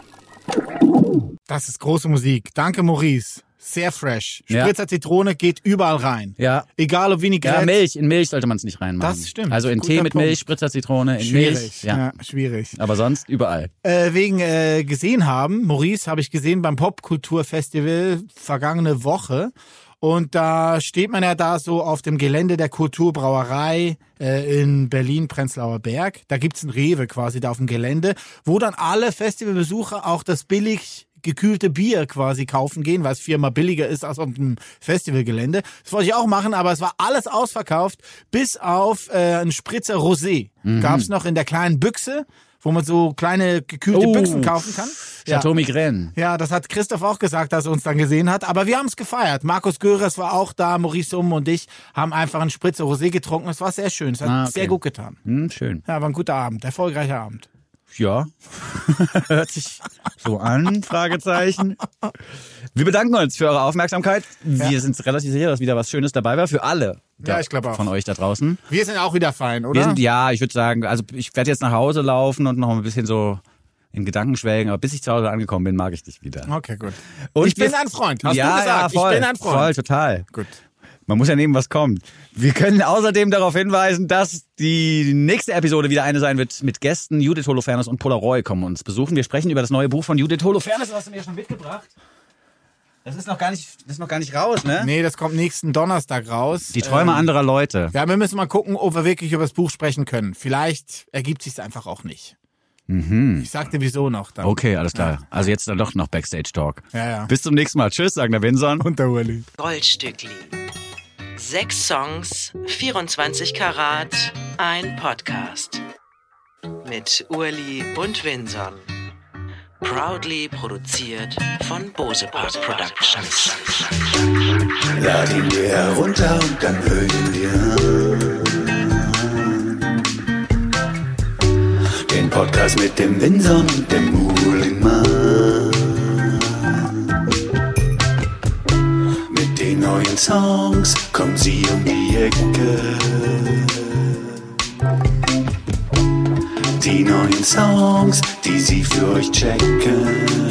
Das ist große Musik. Danke, Maurice. Sehr fresh. Spritzer ja. Zitrone geht überall rein. Ja. Egal ob Vinaigrette. Ja, Milch. In Milch sollte man es nicht reinmachen. Das stimmt. Also in Guter Tee mit Punkt. Milch, Spritzer Zitrone, in schwierig. Milch. Ja. ja, schwierig. Aber sonst überall. Äh, wegen äh, gesehen haben, Maurice habe ich gesehen beim Popkulturfestival vergangene Woche. Und da steht man ja da so auf dem Gelände der Kulturbrauerei äh, in Berlin-Prenzlauer Berg. Da gibt's ein Rewe quasi da auf dem Gelände, wo dann alle Festivalbesucher auch das billig gekühlte Bier quasi kaufen gehen, weil es viermal billiger ist als auf dem Festivalgelände. Das wollte ich auch machen, aber es war alles ausverkauft, bis auf äh, einen Spritzer Rosé. Mhm. Gab's noch in der kleinen Büchse, wo man so kleine gekühlte oh, Büchsen kaufen kann. Chateau ja. Migraine. Ja, das hat Christoph auch gesagt, als er uns dann gesehen hat. Aber wir haben es gefeiert. Markus Göres war auch da, Maurice Summen und ich haben einfach einen Spritzer Rosé getrunken. Es war sehr schön. Es hat ah, okay. sehr gut getan. Hm, schön. Ja, war ein guter Abend. Erfolgreicher Abend. Ja, hört sich so an, Fragezeichen. Wir bedanken uns für eure Aufmerksamkeit. Wir ja. sind relativ sicher, dass wieder was Schönes dabei war für alle ja, ich glaube auch. von euch da draußen. Wir sind auch wieder fein, oder? Wir sind, ja, ich würde sagen, also ich werde jetzt nach Hause laufen und noch ein bisschen so in Gedanken schwelgen, aber bis ich zu Hause angekommen bin, mag ich dich wieder. Okay, gut. Und ich bin wir, ein Freund, hast ja, du gesagt. Ja, voll, ich bin ein Freund. Voll, total. Gut. Man muss ja nehmen, was kommt. Wir können außerdem darauf hinweisen, dass die nächste Episode wieder eine sein wird mit Gästen. Judith Holofernes und Polaroy kommen uns besuchen. Wir sprechen über das neue Buch von Judith Holofernes. Das hast du mir schon mitgebracht. Das ist noch gar nicht, das ist noch gar nicht raus, ne? Nee, das kommt nächsten Donnerstag raus. Die Träume ähm, anderer Leute. Ja, wir müssen mal gucken, ob wir wirklich über das Buch sprechen können. Vielleicht ergibt sich's einfach auch nicht. Mhm. Ich sagte wieso noch dann. Okay, alles klar. Ja. Also jetzt dann doch noch Backstage-Talk. Ja, ja. Bis zum nächsten Mal. Tschüss, sagen der Vinson. Und der Uli. Goldstückli. Sechs Songs, vierundzwanzig Karat, ein Podcast. mit Ueli und Vinson. Proudly produziert von Bose Park Productions. Lad ihn dir herunter und dann hör ihn dir an. Den Podcast mit dem Vinson und dem Muhlingmann. Mit den neuen Songs kommen sie um die Ecke. Die neuen Songs, die sie für euch checken.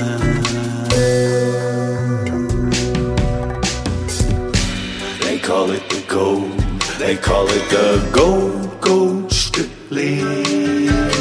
They call it the Gold, they call it the Gold, Gold Stückli.